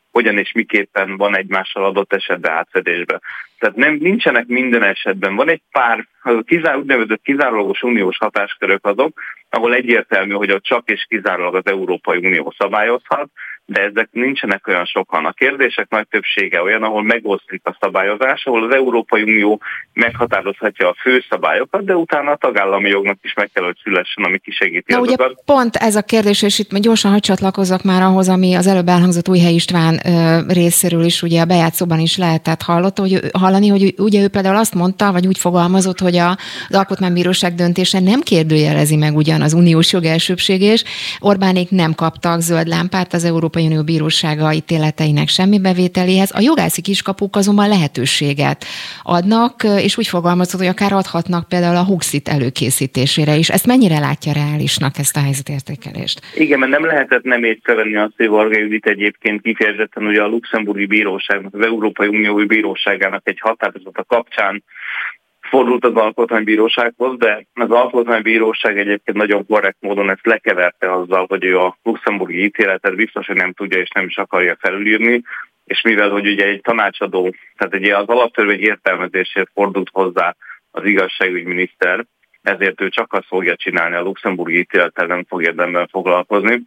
hogyan és miképpen van egymással adott esetben átfedésben. Tehát nem, nincsenek minden esetben. Van egy pár, az kizár, úgynevezett kizárólagos uniós hatáskörök azok, ahol egyértelmű, hogy ott csak és kizárólag az Európai Unió szabályozhat, de ezek nincsenek olyan sokan. A kérdések nagy többsége olyan, ahol megoszlik a szabályozás, ahol az Európai Unió meghatározhatja a fő szabályokat, de utána a tagállami jognak is meg kell, hogy szülessen, ami kisegíti Na, azokat. ugye pont ez a kérdés, és itt gyorsan hadd csatlakozzak már ahhoz, ami az előbb elhangzott Újhely István ö, részéről is, ugye a bejátszóban is lehetett hallott, hogy, hallani, hogy ugye ő például azt mondta, vagy úgy fogalmazott, hogy a, az Alkotmánybíróság döntése nem kérdőjelezi meg ugyan az uniós jog elsőbségés. Orbánék nem kaptak zöld lámpát az Európai Unió Bírósága ítéleteinek semmi bevételéhez. A jogászi kiskapuk azonban lehetőséget adnak, és úgy fogalmazott, hogy akár adhatnak például a Huxit előkészítésére is. Ezt mennyire látja reálisnak, ezt a helyzetértékelést? Igen, mert nem lehetett nem észrevenni azt, hogy Varga Judit egyébként kifejezetten ugye a Luxemburgi Bíróságnak, az Európai Unió Bíróságának egy határozata kapcsán fordult az Alkotmánybírósághoz, de az Alkotmánybíróság egyébként nagyon korrekt módon ezt lekeverte azzal, hogy ő a luxemburgi ítéletet biztos, hogy nem tudja és nem is akarja felülírni, és mivel, hogy ugye egy tanácsadó, tehát egy az alaptörvény értelmezésért fordult hozzá az igazságügyminiszter, ezért ő csak azt fogja csinálni, a luxemburgi ítélettel nem fog érdemben foglalkozni.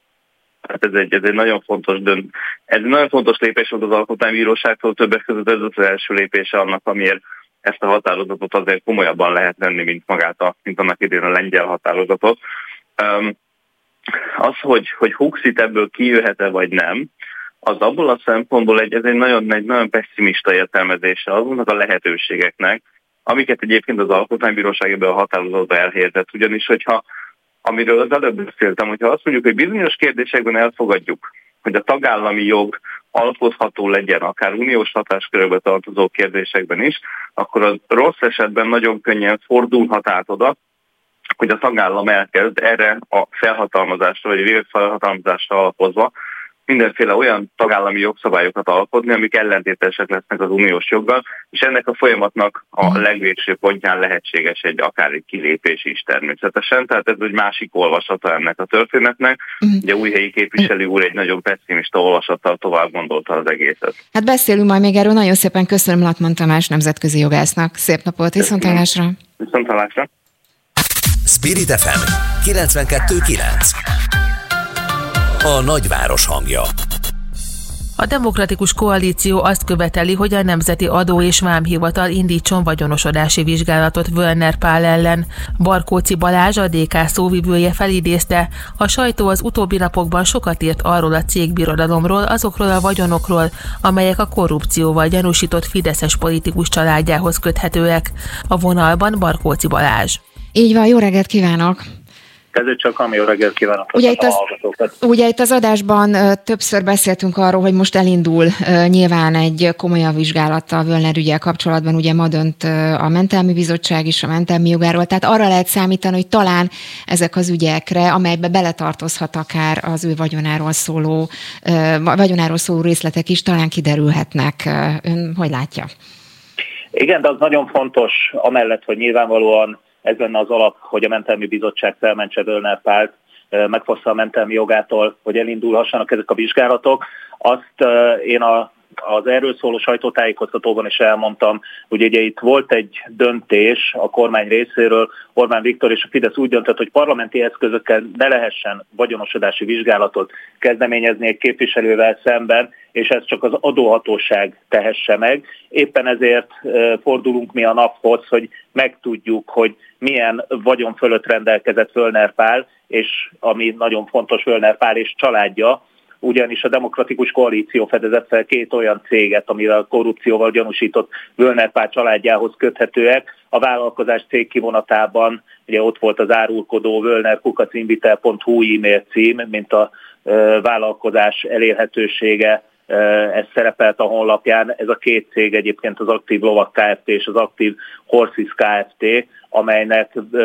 Hát ez egy, ez egy nagyon fontos dönt. Ez egy nagyon fontos lépés volt az Alkotmánybíróságtól, többek között ez az első lépése annak, amiért ezt a határozatot azért komolyabban lehet venni, mint magát, a, mint annak idén a lengyel határozatot. Um, az, hogy, hogy Huxit ebből kijöhet-e vagy nem, az abból a szempontból egy, ez egy nagyon, egy nagyon pessimista értelmezése azoknak a lehetőségeknek, amiket egyébként az Alkotmánybíróság ebben a határozatban elhelyezett. Ugyanis, hogyha, amiről az előbb beszéltem, hogyha azt mondjuk, hogy bizonyos kérdésekben elfogadjuk, hogy a tagállami jog alkotható legyen, akár uniós hatáskörbe tartozó kérdésekben is, akkor az rossz esetben nagyon könnyen fordulhat át oda, hogy a tagállam elkezd erre a felhatalmazásra, vagy végső felhatalmazásra alapozva mindenféle olyan tagállami jogszabályokat alkotni, amik ellentétesek lesznek az uniós joggal, és ennek a folyamatnak a legvégső pontján lehetséges egy akár egy kilépés is természetesen, tehát ez egy másik olvasata ennek a történetnek. Ugye Újhelyi képviselő úr egy nagyon pessimista olvasattal tovább gondolta az egészet. Hát beszélünk majd még erről, nagyon szépen köszönöm Latman Tamás nemzetközi jogásznak. Szép napot, viszonthallásra! Viszonthallásra! Spirit ef em kilencvenkettő kilenc. A nagyváros hangja. A Demokratikus Koalíció azt követeli, hogy a Nemzeti Adó és Vámhivatal indítson vagyonosodási vizsgálatot Völner Pál ellen. Barkóczy Balázs, a dé ká szóvivője felidézte, a sajtó az utóbbi napokban sokat írt arról a cégbirodalomról, azokról a vagyonokról, amelyek a korrupcióval gyanúsított fideszes politikus családjához köthetőek. A vonalban Barkóczy Balázs. Így van, jó reggelt kívánok! Kezdjük csak, ami jó reggelt kívánok ugye itt, a az, hallgatókat. ugye itt az adásban uh, többször beszéltünk arról, hogy most elindul uh, nyilván egy komolyabb vizsgálata a Völner ügyel kapcsolatban, ugye ma dönt uh, a Mentelmi Bizottság is a mentelmi jogáról, tehát arra lehet számítani, hogy talán ezek az ügyekre, amelybe beletartozhat akár az ő vagyonáról szóló, uh, vagyonáról szóló részletek is, talán kiderülhetnek. Uh, ön hogy látja? Igen, de az nagyon fontos, amellett, hogy nyilvánvalóan ez lenne az alap, hogy a Mentelmi Bizottság felmentse Völner Pált, megfossza a mentelmi jogától, hogy elindulhassanak ezek a vizsgálatok. Azt én a, az erről szóló sajtótájékoztatóban is elmondtam, hogy ugye itt volt egy döntés a kormány részéről, Orbán Viktor és a Fidesz úgy döntött, hogy parlamenti eszközökkel ne lehessen vagyonosodási vizsgálatot kezdeményezni egy képviselővel szemben, és ezt csak az adóhatóság tehesse meg. Éppen ezért fordulunk mi a naphoz, hogy megtudjuk, hogy milyen vagyon fölött rendelkezett Völner Pál, és ami nagyon fontos, Völner Pál és családja, ugyanis a Demokratikus Koalíció fedezett fel két olyan céget, amivel a korrupcióval gyanúsított Völner Pál családjához köthetőek. A vállalkozás cég kivonatában ugye ott volt az árulkodó völner kukac invitel pont hu e-mail cím, mint a e, vállalkozás elérhetősége, e, ez szerepelt a honlapján. Ez a két cég egyébként az Aktív Lovak Kft. És az Aktív Horses Kft., amelynek e,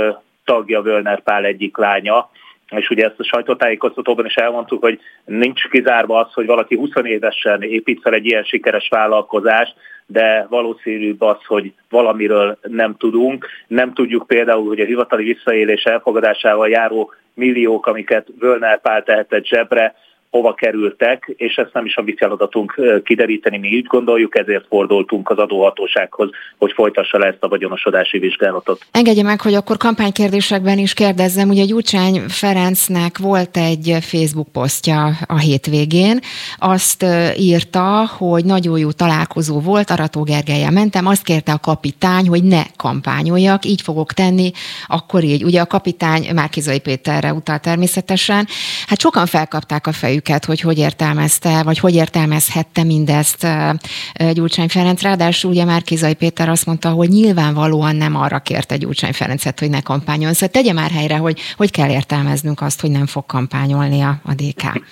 tagja Völner Pál egyik lánya. És ugye ezt a sajtótájékoztatóban is elmondtuk, hogy nincs kizárva az, hogy valaki húsz évesen épít fel egy ilyen sikeres vállalkozást, de valószínűbb az, hogy valamiről nem tudunk. Nem tudjuk például, hogy a hivatali visszaélés elfogadásával járó milliók, amiket Völner Pál tehetett zsebre, hova kerültek, és ezt nem is a mi feladatunk kideríteni, mi így gondoljuk, ezért fordultunk az adóhatósághoz, hogy folytassa le ezt a vagyonosodási vizsgálatot. Engedje meg, hogy akkor kampánykérdésekben is kérdezzem, ugye Gyurcsány Ferencnek volt egy Facebook posztja a hétvégén, azt írta, hogy nagyon jó találkozó volt, Arató Gergellyel mentem, azt kérte a kapitány, hogy ne kampányoljak, így fogok tenni, akkor így. Ugye a kapitány Márki-Zay Péterre utalt természetesen. Hát sokan felkapták a fejüket, hogy hogy értelmezte, vagy hogy értelmezhette mindezt Gyurcsány Ferenc. Ráadásul ugye Márki-Zay Péter azt mondta, hogy nyilvánvalóan nem arra kérte Gyurcsány Ferencet, hogy ne kampányoljon. Szóval tegye már helyre, hogy hogy kell értelmeznünk azt, hogy nem fog kampányolni a, a dé ká.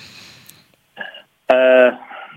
Uh,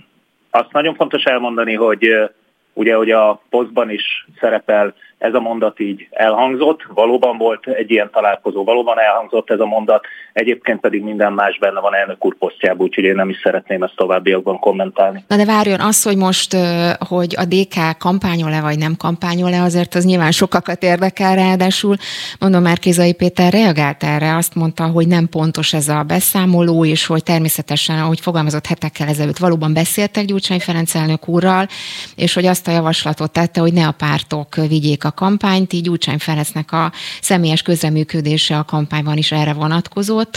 azt nagyon fontos elmondani, hogy uh, ugye, hogy a posztban is szerepel ez a mondat így elhangzott, valóban volt egy ilyen találkozó, valóban elhangzott ez a mondat, egyébként pedig minden más benne van elnök úr posztjában, úgyhogy én nem is szeretném ezt továbbiakban kommentálni. Na de várjon, az, hogy most, hogy a dé ká kampányol-e vagy nem kampányol-e, azért az nyilván sokakat érdekel, ráadásul mondom, Márki-Zay Péter reagált erre, azt mondta, hogy nem pontos ez a beszámoló, és hogy természetesen, ahogy fogalmazott hetekkel ezelőtt, valóban beszéltek Gyurcsány Ferenc elnök úrral, és hogy azt a javaslatot tette, hogy ne a pártok vigyék a kampányt, így Gyurcsány Ferencnek a személyes közreműködése a kampányban is erre vonatkozott,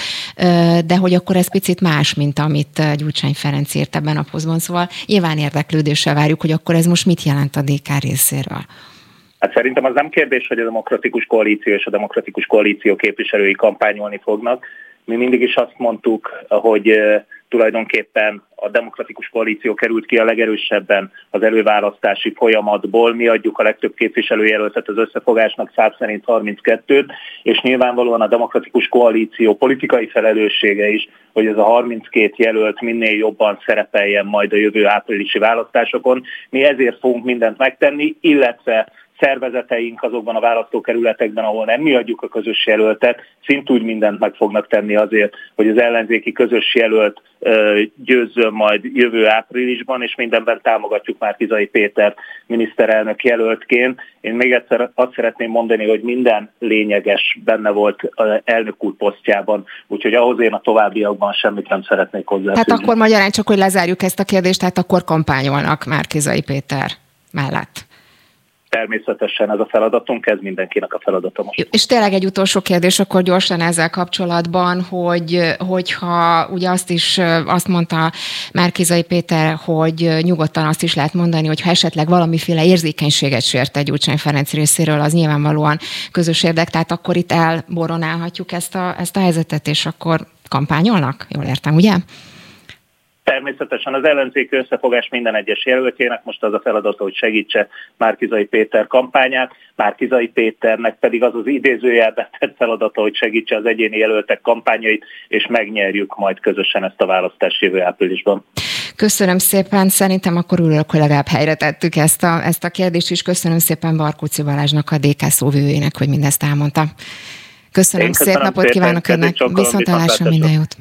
de hogy akkor ez picit más, mint amit Gyurcsány Ferenc írt ebben a posztban, szóval nyilván érdeklődéssel várjuk, hogy akkor ez most mit jelent a dé ká részéről. Hát szerintem az nem kérdés, hogy a Demokratikus Koalíció és a Demokratikus Koalíció képviselői kampányolni fognak. Mi mindig is azt mondtuk, hogy tulajdonképpen a Demokratikus Koalíció került ki a legerősebben az előválasztási folyamatból. Mi adjuk a legtöbb képviselőjelöltet az összefogásnak, száz szerint harminckettőt, és nyilvánvalóan a Demokratikus Koalíció politikai felelőssége is, hogy ez a harminckét jelölt minél jobban szerepeljen majd a jövő áprilisi választásokon. Mi ezért fogunk mindent megtenni, illetve szervezeteink azokban a választókerületekben, ahol nem mi adjuk a közös jelöltet, szintúgy mindent meg fognak tenni azért, hogy az ellenzéki közös jelölt győzzön majd jövő áprilisban, és mindenben támogatjuk Márki-Zay Péter miniszterelnök jelöltként. Én még egyszer azt szeretném mondani, hogy minden lényeges benne volt elnök úr posztjában, úgyhogy ahhoz én a továbbiakban semmit nem szeretnék hozzáfűzni. Tehát akkor magyarán csak, hogy lezárjuk ezt a kérdést, tehát akkor kampányolnak Márki-Zay Péter mellett. Természetesen ez a feladatunk, ez mindenkinek a feladata most. És tényleg egy utolsó kérdés akkor gyorsan ezzel kapcsolatban, hogy, hogyha ugye azt is azt mondta Márki-Zay Péter, hogy nyugodtan azt is lehet mondani, hogy ha esetleg valamiféle érzékenységet sért egy Gyurcsány Ferenc részéről, az nyilvánvalóan közös érdek, tehát akkor itt elboronálhatjuk ezt a, ezt a helyzetet, és akkor kampányolnak? Jól értem, ugye? Természetesen az ellenzéki összefogás minden egyes jelöltjének most az a feladata, hogy segítse Márki-Zay Péter kampányát, Márki-Zay Péternek pedig az az idézőjelben tett feladata, hogy segítse az egyéni jelöltek kampányait, és megnyerjük majd közösen ezt a választást jövő áprilisban. Köszönöm szépen, szerintem akkor örülök, hogy legalább helyre tettük ezt a, ezt a kérdést is. Köszönöm szépen Barkóczy Balázsnak, a dé ká szóvivőjének, hogy mindezt elmondta. Köszönöm, szép napot kívánok önnek, viszontlátásra, minden jót!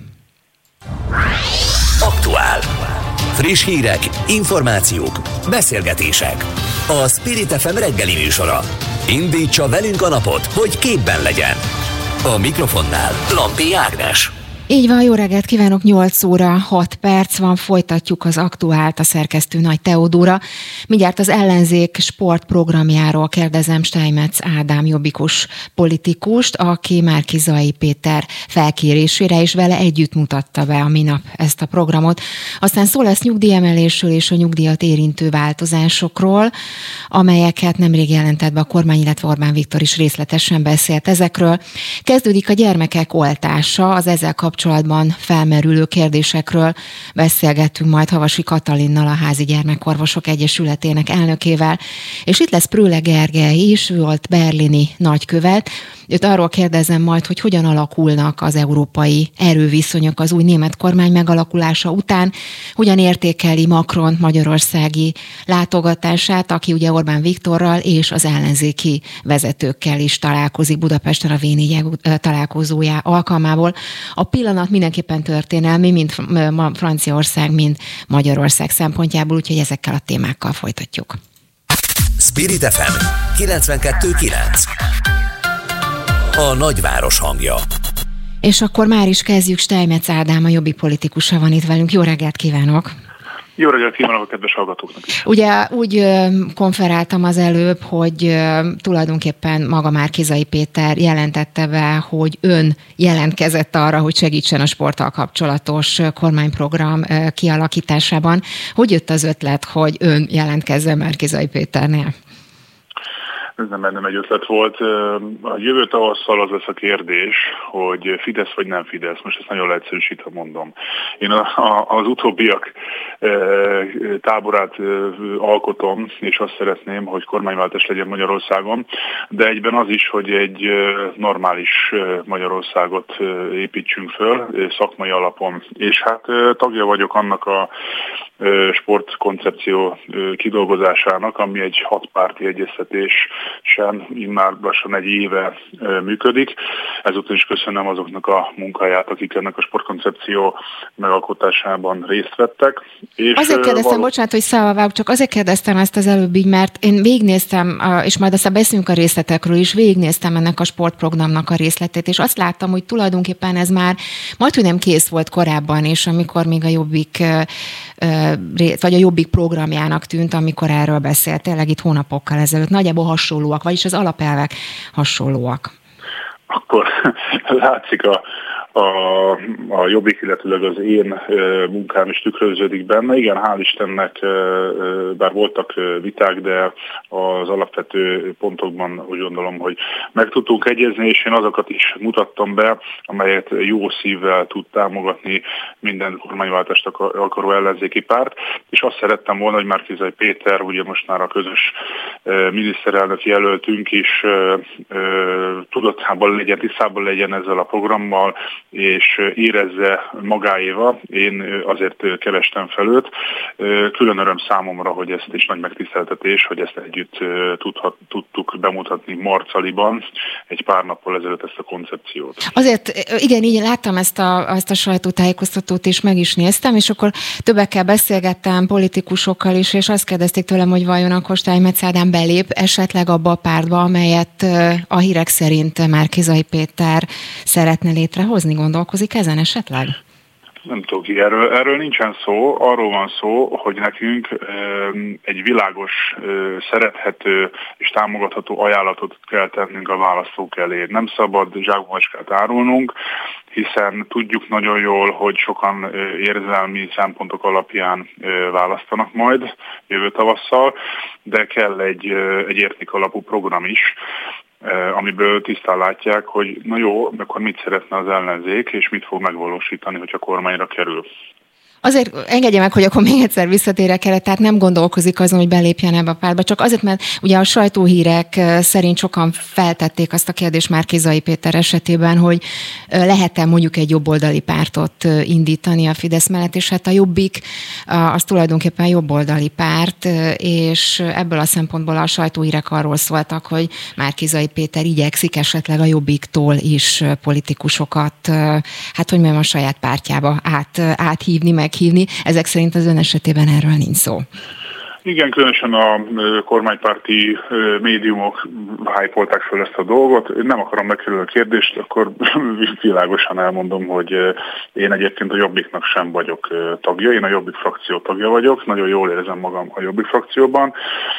Aktuál. Friss hírek, információk, beszélgetések. A Spirit ef em reggeli műsora. Indítsa velünk a napot, hogy képben legyen. A mikrofonnál Lampi Ágnes. Így van, jó reggelt kívánok, nyolc óra hat perc van, folytatjuk az Aktuált, a szerkesztő Nagy Teodóra. Mindjárt az ellenzék sportprogramjáról kérdezem Steinmetz Ádám jobbikos politikust, aki Márki-Zay Péter felkérésére és vele együtt mutatta be a minap ezt a programot. Aztán szó lesz nyugdíjemelésről és a nyugdíjat érintő változásokról, amelyeket nemrég jelentett be a kormány, illetve Orbán Viktor is részletesen beszélt ezekről. Kezdődik a gyermekek oltása, az ezzel kapcsolatban kapcsolatban felmerülő kérdésekről beszélgettünk majd Havasi Katalinnal, a Házi Gyermekorvosok Egyesületének elnökével, és itt lesz Pröle Gergely is, ő volt berlini nagykövet. Őt arról kérdezem majd, hogy hogyan alakulnak az európai erőviszonyok az új német kormány megalakulása után, hogyan értékeli Macron magyarországi látogatását, aki ugye Orbán Viktorral és az ellenzéki vezetőkkel is találkozik Budapesten a vé négy találkozója alkalmából. A pillanat mindenképpen történelmi, mind Franciaország, mind Magyarország szempontjából, úgyhogy ezekkel a témákkal folytatjuk. Spirit ef em kilencvenkettő kilenc. A nagyváros hangja. És akkor már is kezdjük. Steinmetz Ádám, a Jobbik politikusa van itt velünk. Jó reggelt kívánok! Jó reggelt kívánok a kedves hallgatóknak is! Ugye úgy ö, konferáltam az előbb, hogy ö, tulajdonképpen maga Márki-Zay Péter jelentette be, hogy ön jelentkezett arra, hogy segítsen a sporttal kapcsolatos kormányprogram ö, kialakításában. Hogy jött az ötlet, hogy ön jelentkezzen Márki-Zay Péternél? Ez nem, nem egy ötlet volt. A jövő tavasszal az lesz a kérdés, hogy Fidesz vagy nem Fidesz. Most ezt nagyon leegyszerűsítve mondom. Én a, a, az utóbbiak e, táborát e, alkotom, és azt szeretném, hogy kormányváltás legyen Magyarországon, de egyben az is, hogy egy normális Magyarországot építsünk föl szakmai alapon. És hát tagja vagyok annak a sportkoncepció kidolgozásának, ami egy hatpárti egyeztetés sem immár lassan egy éve működik. Ezúttal is köszönöm azoknak a munkáját, akik ennek a sportkoncepció megalkotásában részt vettek. És azért kérdeztem, való... bocsánat, hogy szavavág, csak azért kérdeztem ezt az előbb így, mert én végignéztem, és majd aztán beszélünk a részletekről is, végignéztem ennek a sportprogramnak a részletét, és azt láttam, hogy tulajdonképpen ez már majdhogy nem kész volt korábban is, amikor még a Jobbik vagy a Jobbik programjának tűnt, amikor erről beszélt, tényleg itt hónapokkal ezelőtt. Nagyjából hasonlóak, vagyis az alapelvek hasonlóak. Akkor látszik a, a, a Jobbik, illetőleg az én munkám is tükröződik benne. Igen, hál' Istennek, bár voltak viták, de az alapvető pontokban úgy gondolom, hogy meg tudtunk egyezni, és én azokat is mutattam be, amelyet jó szívvel tud támogatni minden kormányváltást akaró ellenzéki párt, és azt szerettem volna, hogy Márki-Zay Péter, ugye most már a közös miniszterelnök jelöltünk is tudatában legyen, tisztában legyen ezzel a programmal, és érezze magáéva. Én azért kerestem fel őt. Külön öröm számomra, hogy ezt is nagy megtiszteltetés, hogy ezt együtt tudhat, tudtuk bemutatni Marcaliban egy pár nappal ezelőtt ezt a koncepciót. Azért, igen, így láttam ezt a, ezt a sajtótájékoztatót, és meg is néztem, és akkor többekkel beszélgettem, politikusokkal is, és azt kérdezték tőlem, hogy vajon akkor Steinmetz Ádám belép esetleg abba a pártba, amelyet a hírek szerint Márki-Zay Péter szeretne létrehozni. Gondolkozik ezen esetleg? Nem tudok, erről, erről nincsen szó, arról van szó, hogy nekünk egy világos, szerethető és támogatható ajánlatot kell tennünk a választók elé. Nem szabad zsákmacskát árulnunk, hiszen tudjuk nagyon jól, hogy sokan érzelmi szempontok alapján választanak majd jövő tavasszal, de kell egy, egy érték alapú program is, amiből tisztán látják, hogy na jó, akkor mit szeretne az ellenzék, és mit fog megvalósítani, hogyha kormányra kerül. Azért engedje meg, hogy akkor még egyszer visszatérek erre, tehát nem gondolkozik azon, hogy belépjen ebbe a pártba, csak azért, mert ugye a sajtóhírek szerint sokan feltették azt a kérdést Márki-Zay Péter esetében, hogy lehet-e mondjuk egy jobboldali pártot indítani a Fidesz mellett, és hát a Jobbik az tulajdonképpen jobboldali párt, és ebből a szempontból a sajtóhírek arról szóltak, hogy Márki-Zay Péter igyekszik esetleg a Jobbiktól is politikusokat, hát hogy mondjam, a saját pártjába át, áthívni, meg hívni. Ezek szerint az ön esetében erről nincs szó. Igen, különösen a kormánypárti médiumok hype-olták fel ezt a dolgot. Nem akarom megkerülni a kérdést, akkor világosan elmondom, hogy én egyébként a Jobbiknak sem vagyok tagja. Én a Jobbik frakció tagja vagyok, nagyon jól érzem magam a Jobbik frakcióban.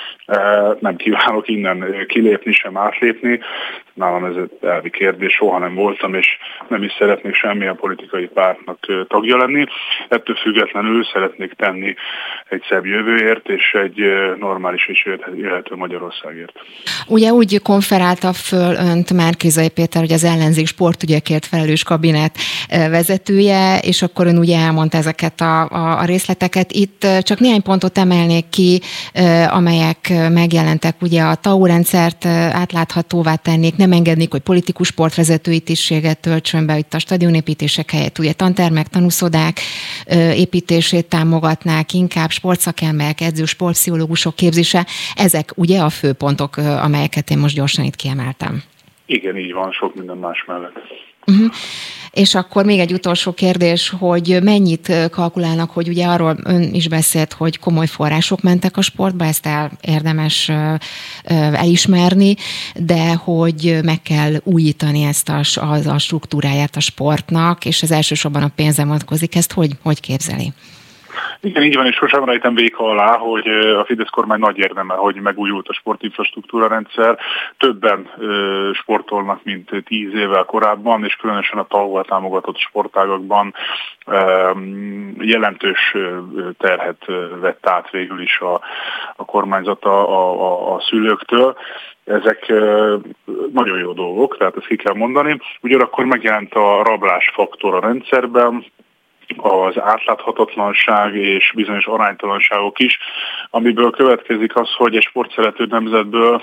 Nem kívánok innen kilépni, sem átlépni. Nálam ez egy elvi kérdés, soha nem voltam, és nem is szeretnék semmilyen politikai pártnak tagja lenni. Ettől függetlenül szeretnék tenni egy szebb jövőért, és egy normális és élhető Magyarországért. Ugye úgy konferálta föl önt Márki-Zay Péter, hogy az ellenzék sportügyekért felelős kabinet vezetője, és akkor ön ugye elmondta ezeket a, a, a részleteket. Itt csak néhány pontot emelnék ki, amelyek megjelentek. Ugye a té á u rendszert átláthatóvá tennék, nem engednék, hogy politikus sportvezetői tisztséget töltsön be, itt a stadionépítések helyett ugye tantermek, tanúszodák építését támogatnák, inkább sportszakemberek, edző, sportpszichológusok képzése. Ezek ugye a főpontok, amelyeket én most gyorsan itt kiemeltem. Igen, így van, sok minden más mellett. Uh-huh. És akkor még egy utolsó kérdés, hogy mennyit kalkulálnak, hogy ugye arról ön is beszélt, hogy komoly források mentek a sportba, ezt el érdemes elismerni, de hogy meg kell újítani ezt a, a, a struktúráját a sportnak, és ez elsősorban a pénzre vonatkozik. Ezt hogy, hogy képzeli? Igen, így van, és sosem rejtem véka alá, hogy a Fidesz kormány nagy érdeme, hogy megújult a sportinfrastruktúra rendszer. Többen ö, sportolnak, mint tíz évvel korábban, és különösen a tagval támogatott sportágakban ö, jelentős terhet vett át végül is a, a kormányzata a, a, a szülőktől. Ezek nagyon jó dolgok, tehát ezt ki kell mondani. Ugyanakkor megjelent a rablás faktor a rendszerben, az átláthatatlanság és bizonyos aránytalanságok is, amiből következik az, hogy egy sportszerető nemzetből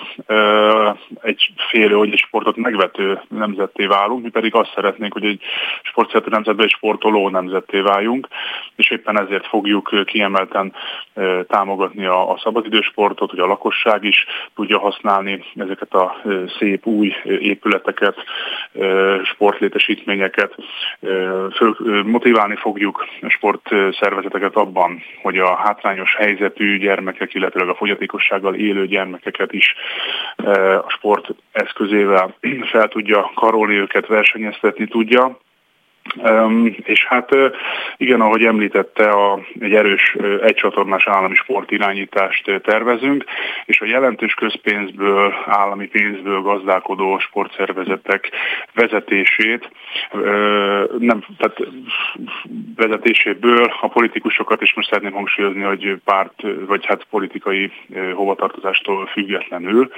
egy félő, hogy egy sportot megvető nemzetté válunk, mi pedig azt szeretnénk, hogy egy sportszerető nemzetből egy sportoló nemzetté váljunk, és éppen ezért fogjuk kiemelten támogatni a, a szabadidősportot, hogy a lakosság is tudja használni ezeket a szép új épületeket, sportlétesítményeket, motiválni fogjuk a sportszervezeteket abban, hogy a hátrányos helyzetű gyermekek, illetőleg a fogyatékossággal élő gyermekeket is a sport eszközével fel tudja karolni, őket versenyeztetni tudja. Um, és hát igen, ahogy említette, a, egy erős egycsatornás állami sportirányítást tervezünk, és a jelentős közpénzből, állami pénzből gazdálkodó sportszervezetek vezetését, nem, tehát vezetéséből a politikusokat, és most szeretném hangsúlyozni, hogy párt, vagy hát politikai hovatartozástól függetlenül,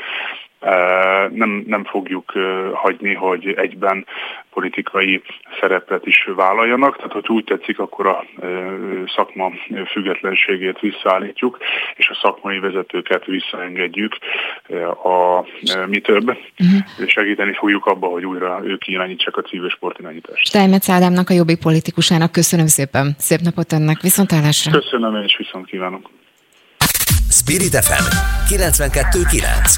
Nem, nem fogjuk hagyni, hogy egyben politikai szerepet is vállaljanak, tehát hogy úgy tetszik, akkor a szakma függetlenségét visszaállítjuk, és a szakmai vezetőket visszaengedjük. A, mi több, uh-huh. segíteni fogjuk abba, hogy újra ők irányítsák a civil sportirányítást. Steinmetz Ádámnak, a Jobbik politikusának köszönöm szépen. Szép napot önnek, viszontlátásra. Köszönöm, én is viszont kívánok. Spirit ef em kilencvenkettő kilenc.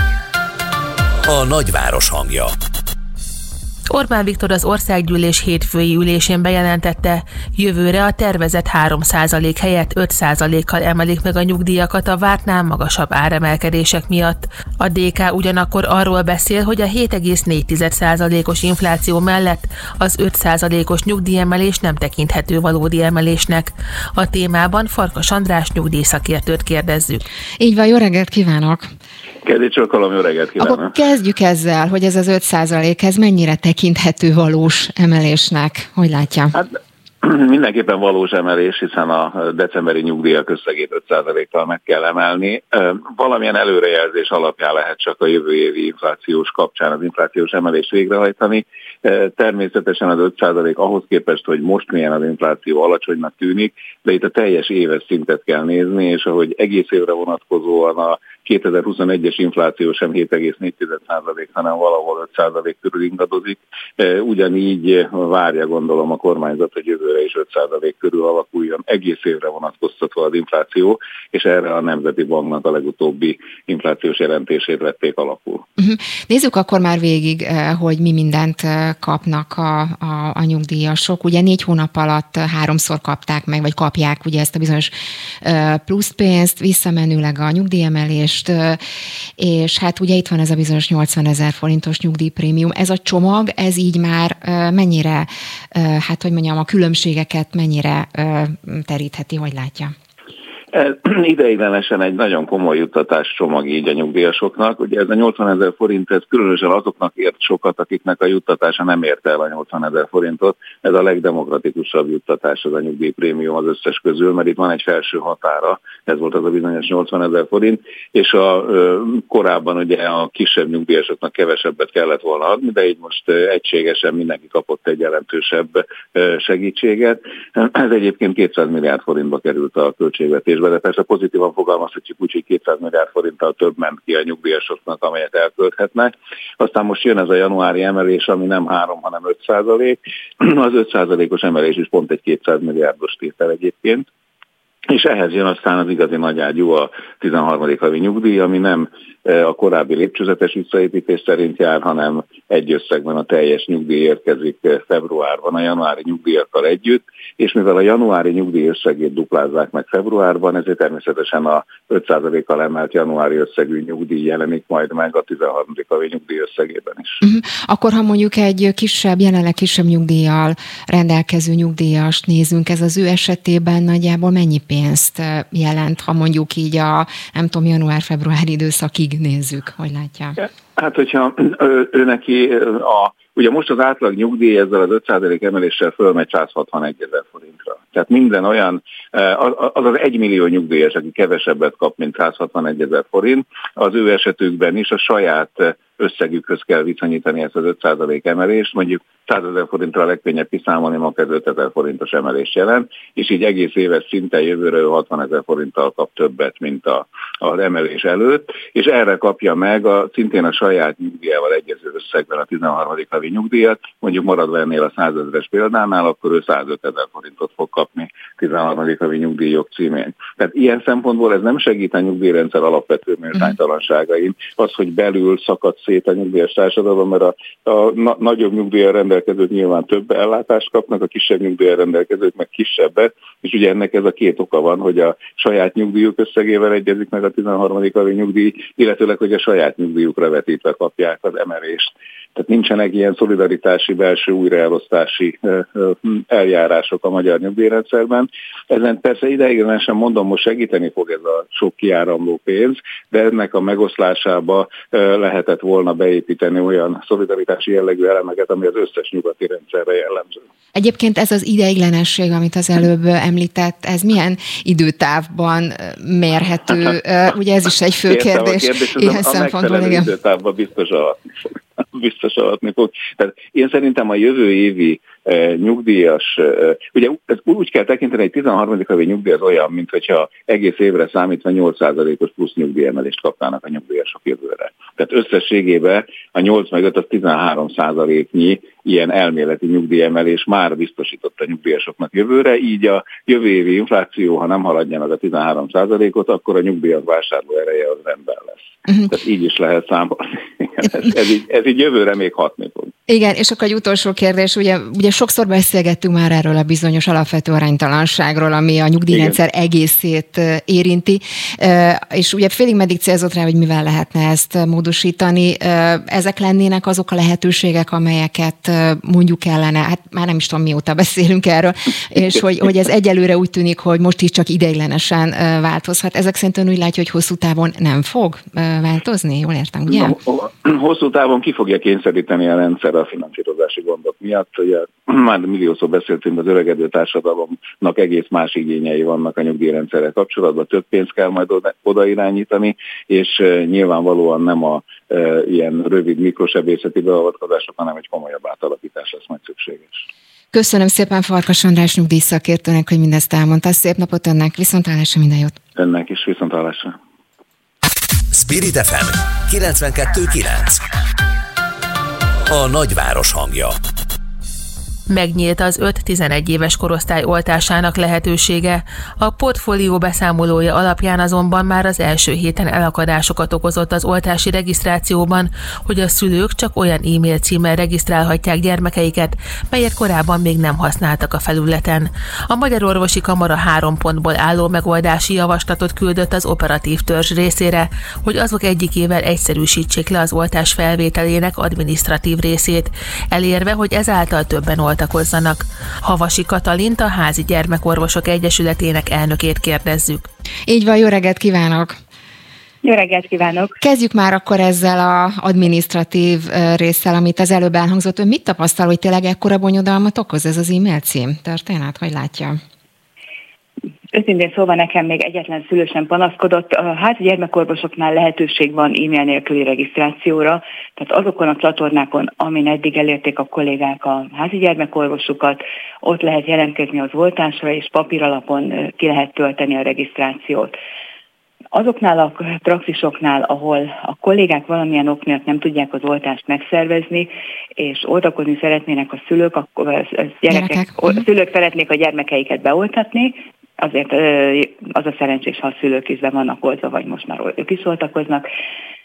A nagyváros hangja. Orbán Viktor az országgyűlés hétfői ülésén bejelentette, jövőre a tervezett három százalék helyett öt százalékkal emelik meg a nyugdíjakat a vártnál magasabb áremelkedések miatt. A dé ká ugyanakkor arról beszél, hogy a hét egész négy százalékos infláció mellett az öt százalékos nyugdíjemelés nem tekinthető valódi emelésnek. A témában Farkas András nyugdíjszakértőt kérdezzük. Így van, jó reggelt kívánok! Kezdjük csak valami, jó reggelt kívánok! Akkor kezdjük ezzel, hogy ez az öt százalék, ez mennyire tekinthető valós emelésnek? Hogy látja? Hát mindenképpen valós emelés, hiszen a decemberi nyugdíjak összegét öt százalékkal meg kell emelni. Valamilyen előrejelzés alapján lehet csak a jövő évi inflációs kapcsán az inflációs emelést végrehajtani. Természetesen az öt százalék ahhoz képest, hogy most milyen az infláció, alacsonynak tűnik, de itt a teljes éves szintet kell nézni, és ahogy egész évre vonatkozóan a kétezer-huszonegyes infláció sem hét egész négy százalék, hanem valahol öt százalék körül ingadozik. Ugyanígy várja, gondolom, a kormányzat, hogy jövőre is öt százalék körül alakuljon egész évre vonatkoztatva az infláció, és erre a Nemzeti Banknak a legutóbbi inflációs jelentését vették alapul. Uh-huh. Nézzük akkor már végig, hogy mi mindent kapnak a, a, a nyugdíjasok. Ugye négy hónap alatt háromszor kapták meg, vagy kapják ugye ezt a bizonyos pluszpénzt, visszamenőleg a nyugdíjemelést, és hát ugye itt van ez a bizonyos nyolcvanezer forintos nyugdíjprémium. Ez a csomag, ez így már mennyire, hát hogy mondjam, a különbségeket mennyire terítheti, hogy látja? Ez ideiglenesen egy nagyon komoly juttatás csomag így a nyugdíjasoknak. Ugye ez a nyolcvanezer forint, ez különösen azoknak ért sokat, akiknek a juttatása nem ért el a nyolcvanezer forintot. Ez a legdemokratikusabb juttatás az a nyugdíjprémium az összes közül, mert itt van egy felső határa, ez volt az a bizonyos nyolcvanezer forint, és a korábban ugye a kisebb nyugdíjasoknak kevesebbet kellett volna adni, de így most egységesen mindenki kapott egy jelentősebb segítséget. Ez egyébként kétszáz milliárd forintba került a költségvetésbe, de persze pozitívan fogalmazhatjuk úgy, hogy kétszáz milliárd forinttal több ment ki a nyugdíjasoknak, amelyet elkölthetnek. Aztán most jön ez a januári emelés, ami nem három, hanem öt százalék. Az öt százalékos emelés is pont egy kétszáz milliárdos tétel egyébként. És ehhez jön aztán az igazi nagyágyú, a tizenharmadik havi nyugdíj, ami nem a korábbi lépcsőzetes visszaépítés szerint jár, hanem egy összegben a teljes nyugdíj érkezik februárban a januári nyugdíjakkal együtt, és mivel a januári nyugdíj összegét duplázzák meg februárban, ezért természetesen a öt százalékkal emelt januári összegű nyugdíj jelenik majd meg a tizenharmadik havi nyugdíj összegében is. Uh-huh. Akkor, ha mondjuk egy kisebb, jelenleg kisebb nyugdíjjal rendelkező nyugdíjast nézünk, ez az ő esetében nagyjából mennyi pénzt jelent, ha mondjuk így a, nem tudom, január-február időszakig nézzük, hogy látják? Hát, hogyha ő, ő neki a Ugye most az átlag nyugdíj ezzel az öt százalék emeléssel fölmegy száz hatvanegy ezer forintra. Tehát minden olyan, az az egymillió nyugdíjas, aki kevesebbet kap, mint száz hatvanegy ezer forint, az ő esetükben is a saját összegükhöz kell viszonyítani ezt az öt százalék emelést, mondjuk százezer forintra a legkönnyebb kiszámolni, ma ez ötezer forintos emelést jelent, és így egész éves szinten jövőre hatvanezer forinttal kap többet, mint a, az emelés előtt, és erre kapja meg a, szintén a saját nyugdíjával egyező összegben a tizenharmadik havi nyugdíjat, mondjuk maradva ennél a százezres példánál, akkor ő százötezer forintot fog kapni tizenharmadik havi nyugdíjok címén. Tehát ilyen szempontból ez nem segít a nyugdíjrendszer alapvető méltánytalanságain. Az, hogy belül szakad szét a nyugdíjas társadalom, mert a, a na, nagyobb nyugdíjjal rendelkezők nyilván több ellátást kapnak, a kisebb nyugdíjjal rendelkezők meg kisebbet, és ugye ennek ez a két oka van, hogy a saját nyugdíjuk összegével egyezik meg a tizenharmadik havi nyugdíj, illetőleg, hogy a saját nyugdíjukra vetítve kapják az emelést. Tehát nincsenek ilyen szolidaritási, belső újraelosztási eljárások a magyar nyugdíjrendszerben. Ezen persze ideiglenesen mondom, most segíteni fog ez a sok kiáramló pénz, de ennek a megoszlásába lehetett volna beépíteni olyan szolidaritási jellegű elemeket, ami az összes nyugati rendszerre jellemző. Egyébként ez az ideiglenesség, amit az előbb említett, ez milyen időtávban mérhető? Ugye ez is egy fő kérdés. kérdés ilyen szempontból, igen. Időtávban biztos alatni fog. biztos alatni fog. Tehát én szerintem a jövő évi eh, nyugdíjas, eh, ugye ez úgy kell tekinteni, hogy tizenharmadik havi nyugdíj az olyan, mint hogyha egész évre számítva nyolc százalékos plusz nyugdíjemelést kapnának a nyugdíjasok jövőre. Tehát összességében a nyolc meg öt az tizenhárom százaléknyi ilyen elméleti nyugdíjemelés már biztosított a nyugdíjasoknak jövőre, így a jövő évi infláció, ha nem haladja meg a tizenhárom százalékot, akkor a nyugdíjak vásárló ereje az rendben lesz. Uh-huh. Tehát így is lehet számolni. ez, ez, így, ez így jövőre még hatni fog. Igen, és akkor egy utolsó kérdés, ugye, ugye sokszor beszélgettünk már erről a bizonyos alapvető aránytalanságról, ami a nyugdíjrendszer igen. egészét érinti, és ugye félig meddig célzott rá, hogy mivel lehetne ezt módosítani. Ezek lennének azok a lehetőségek, amelyeket mondjuk kellene, hát már nem is tudom mióta beszélünk erről, és hogy, hogy ez egyelőre úgy tűnik, hogy most is csak ideiglenesen változhat. Ezek szerint úgy látja, hogy hosszú távon nem fog változni? Jól értem, ugye? Hosszú távon ki fogja kényszeríteni a rendszer a finanszírozási gondok miatt. Ugye már milliószor beszéltünk, az öregedő társadalomnak egész más igényei vannak a nyugdíjrendszerrel kapcsolatban, több pénzt kell majd oda irányítani, és nyilvánvalóan nem a e, ilyen rövid mikrosebészeti beavatkozások, hanem egy komolyabb átalakítás lesz majd szükséges. Köszönöm szépen Farkas András nyugdíjszakértőnek, hogy mindezt elmondta. Szép napot önnek, viszontlátásra, minden jót! Önnek is viszontlátásra! Spirit ef em kilencvenkettő kilenc. A nagyváros hangja. Megnyílt az öt-tizenegy éves korosztály oltásának lehetősége. A portfólió beszámolója alapján azonban már az első héten elakadásokat okozott az oltási regisztrációban, hogy a szülők csak olyan e-mail címmel regisztrálhatják gyermekeiket, melyet korábban még nem használtak a felületen. A Magyar Orvosi Kamara három pontból álló megoldási javaslatot küldött az operatív törzs részére, hogy azok egyikével egyszerűsítsék le az oltás felvételének adminisztratív részét, elérve, hogy ezáltal többen oltakozzanak. Havasi Katalint, a Házi Gyermekorvosok Egyesületének elnökét kérdezzük. Így van, jó reggelt kívánok! Jó reggelt kívánok! Kezdjük már akkor ezzel az adminisztratív résszel, amit az előbb elhangzott. Ön mit tapasztal, hogy tényleg ekkora bonyodalmat okoz ez az e-mail cím történet? Hogy látja? Őszintén szóval nekem még egyetlen szülő sem panaszkodott. A házi gyermekorvosoknál lehetőség van e-mail nélküli regisztrációra, tehát azokon a csatornákon, amin eddig elérték a kollégák a házi gyermekorvosukat, ott lehet jelentkezni az oltásra, és papíralapon ki lehet tölteni a regisztrációt. Azoknál a praxisoknál, ahol a kollégák valamilyen ok miatt nem tudják az oltást megszervezni, és oltakozni szeretnének a szülők, akkor a, gyerekek, a szülők szeretnék a gyermekeiket beoltatni, azért az a szerencsés, ha a szülők is be vannak oltva, vagy most már ők is oltakoznak.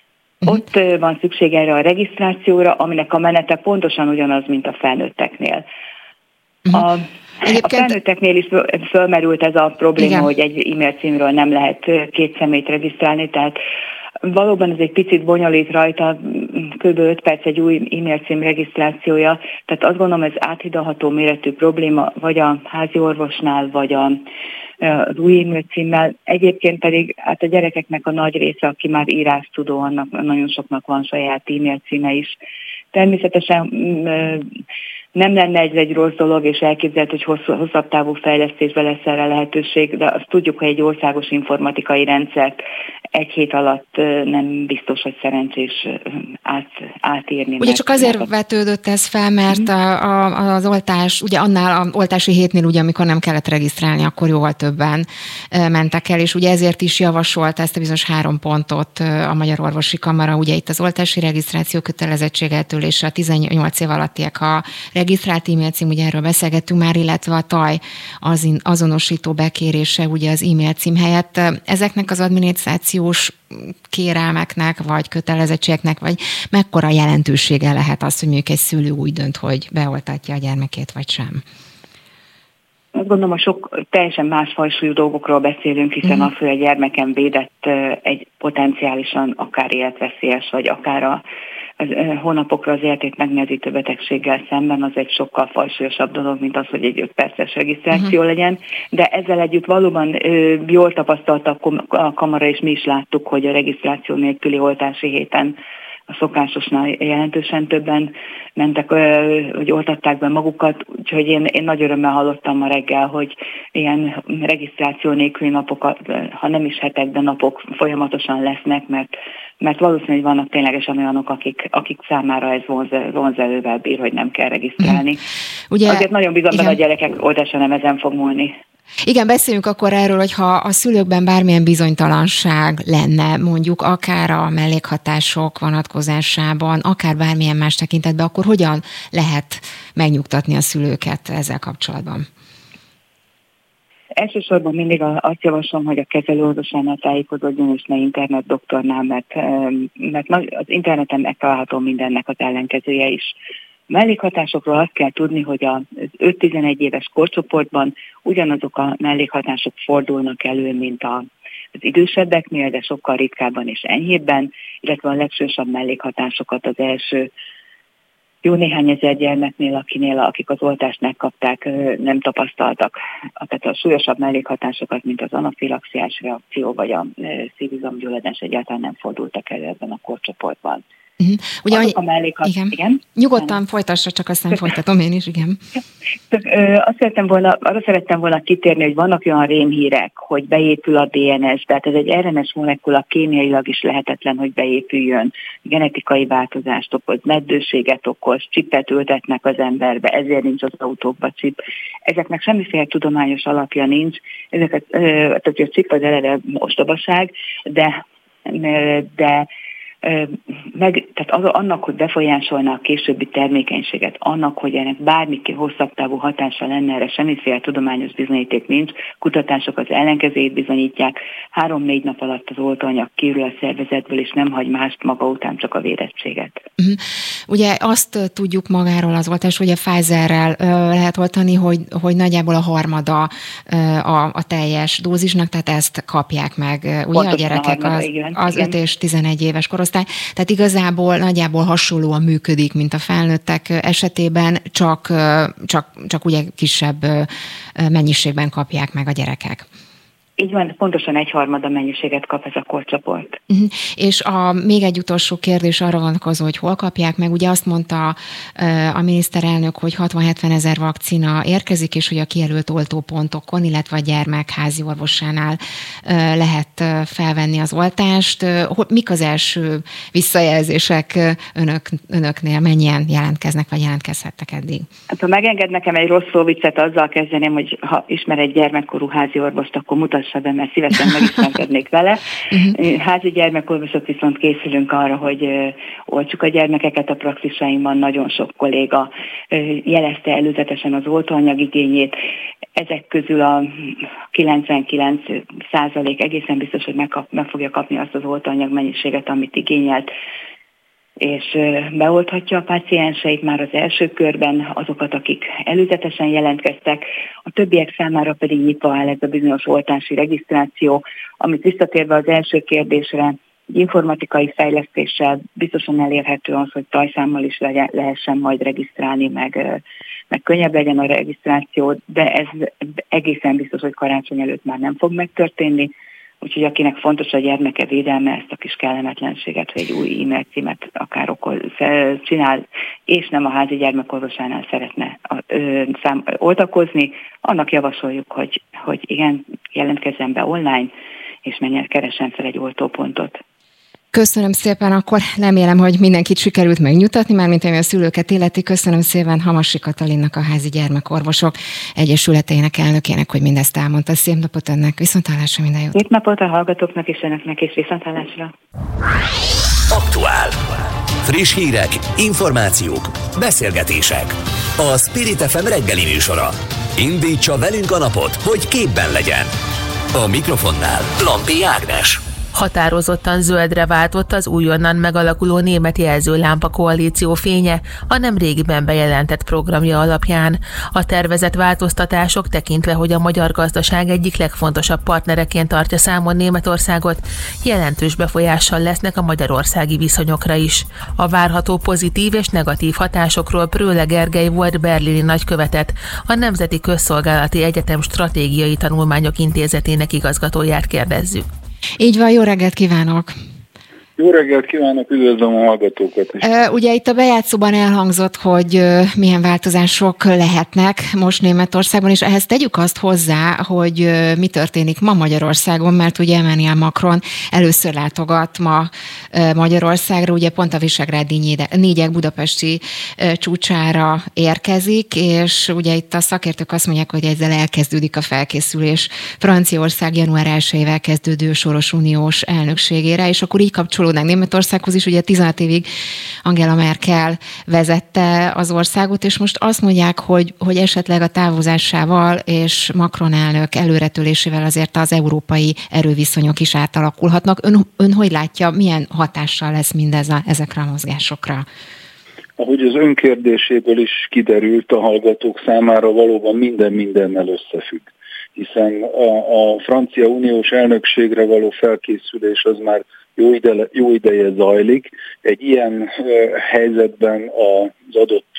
Uh-huh. Ott van szükség erre a regisztrációra, aminek a menete pontosan ugyanaz, mint a felnőtteknél. Uh-huh. A, a felnőtteknél is fölmerült ez a probléma, igen, hogy egy e-mail címről nem lehet két személyt regisztrálni, tehát valóban ez egy picit bonyolít rajta, kb. öt perc egy új e-mail cím regisztrációja, tehát azt gondolom, ez áthidalható méretű probléma, vagy a házi orvosnál, vagy a, az új e-mail címmel. Egyébként pedig hát a gyerekeknek a nagy része, aki már írástudó, annak nagyon soknak van saját e-mail címe is. Természetesen nem lenne ez egy rossz dolog, és elképzelhető, hogy hosszú, hosszabb távú fejlesztésben lesz erre lehetőség, de azt tudjuk, hogy egy országos informatikai rendszert egy hét alatt nem biztos, hogy szerencsés át, átírni. Ugye csak azért mert... vetődött ez fel, mert a, a, az oltás, ugye annál az oltási hétnél, ugye, amikor nem kellett regisztrálni, akkor jóval többen mentek el, és ugye ezért is javasolt ezt a bizonyos három pontot a Magyar Orvosi Kamara, ugye itt az oltási regisztráció kötelezettségetől és a tizennyolc év alattiak a regisztrált e-mail cím, ugye erről beszélgettünk már, illetve a taj az azonosító bekérése ugye az e-mail cím helyett. Ezeknek az adminisztrációs kérelmeknek, vagy kötelezettségeknek, vagy mekkora jelentősége lehet az, hogy mondjuk egy szülő úgy dönt, hogy beoltatja a gyermekét, vagy sem? Azt gondolom, hogy sok teljesen más fajsúlyú dolgokról beszélünk, hiszen mm. az, hogy a gyermekem védett egy potenciálisan akár életveszélyes, vagy akár a az hónapokra az életét megnehezítő betegséggel szemben, az egy sokkal fajsúlyosabb dolog, mint az, hogy egy öt perces regisztráció uh-huh. legyen. De ezzel együtt valóban ö, jól tapasztalta a kamara, és mi is láttuk, hogy a regisztráció nélküli oltási héten a szokásosnál jelentősen többen mentek, hogy oltatták be magukat, úgyhogy én, én nagy örömmel hallottam ma reggel, hogy ilyen regisztráció nélküli napokat, ha nem is hetek, de napok folyamatosan lesznek, mert, mert valószínűleg vannak ténylegesen olyanok, akik, akik számára ez vonz, vonzelővel bír, hogy nem kell regisztrálni. Mm. Ugye, azért nagyon bízom benne, a gyerekek oltása nem ezen fog múlni. Igen, beszéljünk akkor erről, hogy ha a szülőkben bármilyen bizonytalanság lenne, mondjuk akár a mellékhatások vonatkozásában, akár bármilyen más tekintetben, akkor hogyan lehet megnyugtatni a szülőket ezzel kapcsolatban? Elsősorban mindig azt javaslom, hogy a kezelőorvosánál tájékozódjon, és ne internet doktornál, mert, mert az interneten megtalálható mindennek az ellenkezője is. Mellékhatásokról azt kell tudni, hogy az öt-tizenegy éves korcsoportban ugyanazok a mellékhatások fordulnak elő, mint az idősebbeknél, de sokkal ritkábban és enyhébben, illetve a legsősabb mellékhatásokat az első jó néhány ezer gyermeknél, akinél, akik az oltást megkapták, nem tapasztaltak. Tehát a súlyosabb mellékhatásokat, mint az anafilaxiás reakció vagy a szívizomgyulladás egyáltalán nem fordultak elő ebben a korcsoportban. Uh-huh. Ugye, Azok a mellékhat... igen. igen. Nyugodtan folytassa, csak aztán folytatom én is, igen. Csak, ö, azt szerettem volna, arra szerettem volna kitérni, hogy vannak olyan rémhírek, hogy beépül a dé en es, tehát ez egy er en es molekula, kémiailag is lehetetlen, hogy beépüljön, genetikai változást okoz, meddőséget okoz, csipet ültetnek az emberbe, ezért nincs az autókba csip. Ezeknek semmiféle tudományos alapja nincs, ezeket, ö, tehát a csip az eleve ostobaság, de, de meg, tehát az, annak, hogy befolyásolná a későbbi termékenységet, annak, hogy ennek bármi hosszabb távú hatása lenne, erre semmiféle tudományos bizonyíték nincs, kutatások az ellenkezőjét bizonyítják, három-négy nap alatt az oltóanyag kiürül a szervezetből, és nem hagy mást maga után, csak a vérettséget. Uh-huh. Ugye azt tudjuk magáról az oltás, hogy a Pfizerrel uh, lehet oltani, hogy, hogy nagyjából a harmada uh, a, a teljes dózisnak, tehát ezt kapják meg ugye pontosan a gyerekek a harmada, az, igen, az igen. öt és tizenegy éves korosztály. Tehát igazából nagyjából hasonlóan működik, mint a felnőttek esetében, csak, csak, csak ugye kisebb mennyiségben kapják meg a gyerekek. Így van, pontosan egyharmada mennyiséget kap ez a korcsoport. Uh-huh. És a, még egy utolsó kérdés arra vonatkozó, hogy hol kapják meg. Ugye azt mondta uh, a miniszterelnök, hogy hatvan-hetven ezer vakcina érkezik, és hogy a kijelölt oltópontokon, illetve a gyermekházi orvosánál uh, lehet uh, felvenni az oltást. Uh, mik az első visszajelzések uh, önök, önöknél? Mennyien jelentkeznek, vagy jelentkezhettek eddig? Hát, ha megenged nekem egy rossz szóviccet, azzal kezdeném, hogy ha ismer egy gyermekkorú házi orvost, akkor mutass mutassa be, mert szívesen megismerkednék vele. Uh-huh. Házi gyermekorvosok viszont készülünk arra, hogy oltsuk a gyermekeket. A praxisainkban nagyon sok kolléga jelezte előzetesen az oltóanyag igényét. Ezek közül a kilencvenkilenc százalék egészen biztos, hogy megkap, meg fogja kapni azt az oltóanyag mennyiséget, amit igényelt, és beolthatja a pácienseit már az első körben, azokat, akik előzetesen jelentkeztek, a többiek számára pedig nyitva áll ez a bizonyos oltási regisztráció, amit visszatérve az első kérdésre, informatikai fejlesztéssel biztosan elérhető az, hogy tajszámmal is le- lehessen majd regisztrálni, meg, meg könnyebb legyen a regisztráció, de ez egészen biztos, hogy karácsony előtt már nem fog megtörténni. Úgyhogy akinek fontos a gyermeke védelme, ezt a kis kellemetlenséget, vagy egy új e-mail címet akár okol, csinál, és nem a házi gyermekorvosánál szeretne ö, szám, oltakozni, annak javasoljuk, hogy, hogy igen, jelentkezzen be online, és menjen, keressen fel egy oltópontot. Köszönöm szépen, akkor remélem, hogy mindenkit sikerült megnyugtatni, mármint ami a szülőket illeti. Köszönöm szépen Hamasi Katalinnak, a Házi Gyermekorvosok Egyesületének elnökének, hogy mindezt elmondta. Szép napot önnek, viszonthallásra, minden jót. Szép napot a hallgatóknak és önöknek, és viszonthallásra. Aktuál. Friss hírek, információk, beszélgetések. A Spirit ef em reggeli műsora. Indítsa velünk a napot, hogy képben legyen. A mikrofonnál Lampi Ágnes. Határozottan zöldre váltott az újonnan megalakuló német jelzőlámpa koalíció fénye a nemrégiben bejelentett programja alapján. A tervezett változtatások tekintve, hogy a magyar gazdaság egyik legfontosabb partnereként tartja számon Németországot, jelentős befolyással lesznek a magyarországi viszonyokra is. A várható pozitív és negatív hatásokról Prölle Gergely volt berlini nagykövetet, a Nemzeti Közszolgálati Egyetem Stratégiai Tanulmányok Intézetének igazgatóját kérdezzük. Így van, jó reggelt kívánok! Jó reggelt kívánok, üdvözlöm a hallgatókat is. Ugye itt a bejátszóban elhangzott, hogy milyen változások lehetnek most Németországban, és ehhez tegyük azt hozzá, hogy mi történik ma Magyarországon, mert ugye Emmanuel Macron először látogat ma Magyarországra, ugye pont a Visegrádi négyek budapesti csúcsára érkezik, és ugye itt a szakértők azt mondják, hogy ezzel elkezdődik a felkészülés Franciaország január elsejével kezdődő soros uniós elnökségére, és akkor így kapcsolódunk Németországhoz is, ugye tizenhat évig Angela Merkel vezette az országot, és most azt mondják, hogy, hogy esetleg a távozásával és Macron elnök előretölésével azért az európai erőviszonyok is átalakulhatnak. Ön, ön hogy látja, milyen hatással lesz mindez a, ezekre a mozgásokra? Ahogy az önkérdéséből is kiderült a hallgatók számára, valóban minden mindennel összefügg. Hiszen a, a francia uniós elnökségre való felkészülés az már Jó, ide, jó ideje zajlik. Egy ilyen uh, helyzetben az adott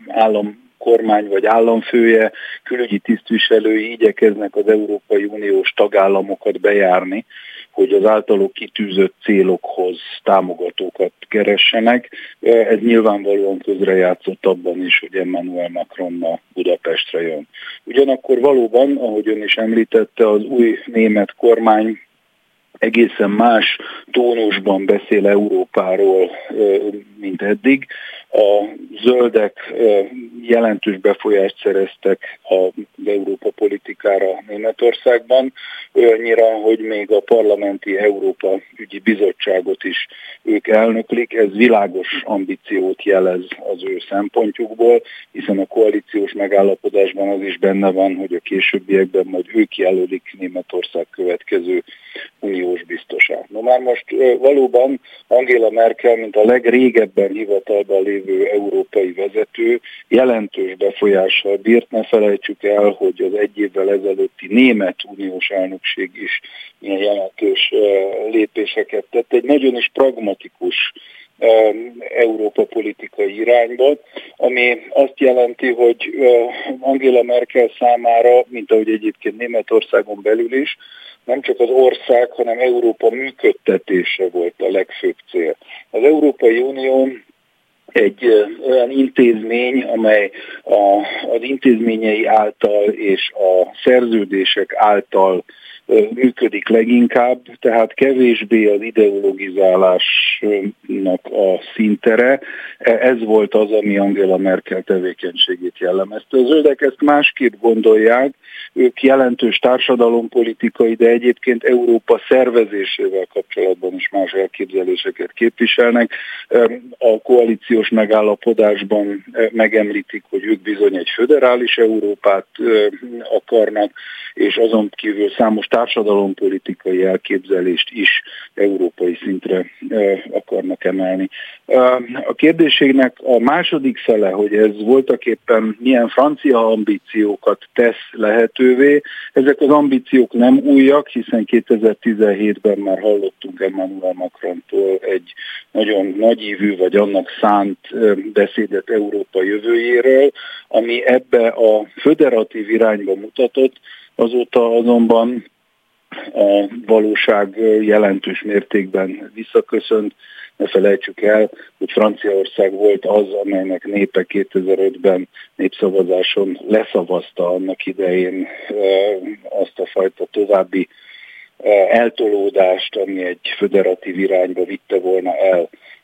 állam kormány vagy államfője, külügyi tisztviselői igyekeznek az Európai Uniós tagállamokat bejárni, hogy az általuk kitűzött célokhoz támogatókat keressenek. Ez nyilvánvalóan közrejátszott abban is, hogy Emmanuel Macron ma Budapestre jön. Ugyanakkor valóban, ahogy ön is említette, az új német kormány egészen más tónusban beszél Európáról, mint eddig. A zöldek jelentős befolyást szereztek az Európa politikára Németországban, olyannyira, hogy még a parlamenti Európa ügyi bizottságot is ők elnöklik. Ez világos ambíciót jelez az ő szempontjukból, hiszen a koalíciós megállapodásban az is benne van, hogy a későbbiekben majd ők jelölik Németország következő uniós biztosát. No már most valóban Angela Merkel, mint a legrégebben hivatalban lévő európai vezető, jelentős befolyással bírt. Ne felejtsük el, hogy az egy évvel ezelőtti német uniós elnökség is ilyen jelentős lépéseket tett. Egy nagyon is pragmatikus Európa politikai irányba, ami azt jelenti, hogy Angela Merkel számára, mint ahogy egyébként Németországon belül is, nem csak az ország, hanem Európa működtetése volt a legfőbb cél. Az Európai Unió egy olyan intézmény, amely a, az intézményei által és a szerződések által működik leginkább, tehát kevésbé az ideologizálásnak a színtere. Ez volt az, ami Angela Merkel tevékenységét jellemezte. A zöldek ezt másképp gondolják, ők jelentős társadalompolitikai, de egyébként Európa szervezésével kapcsolatban is más elképzeléseket képviselnek. A koalíciós megállapodásban megemlítik, hogy ők bizony egy föderális Európát akarnak, és azon kívül számos társadalompolitikai elképzelést is európai szintre akarnak emelni. A kérdéségnek a második fele, hogy ez voltaképpen milyen francia ambíciókat tesz lehetővé, ezek az ambíciók nem újak, hiszen kétezer-tizenhétben már hallottunk Emmanuel Macrontól egy nagyon nagyívű vagy annak szánt beszédet Európa jövőjéről, ami ebbe a föderatív irányba mutatott, azóta azonban a valóság jelentős mértékben visszaköszönt. Ne felejtsük el, hogy Franciaország volt az, amelynek népe kétezer-ötben népszavazáson leszavazta annak idején azt a fajta további eltolódást, ami egy föderatív irányba vitte volna el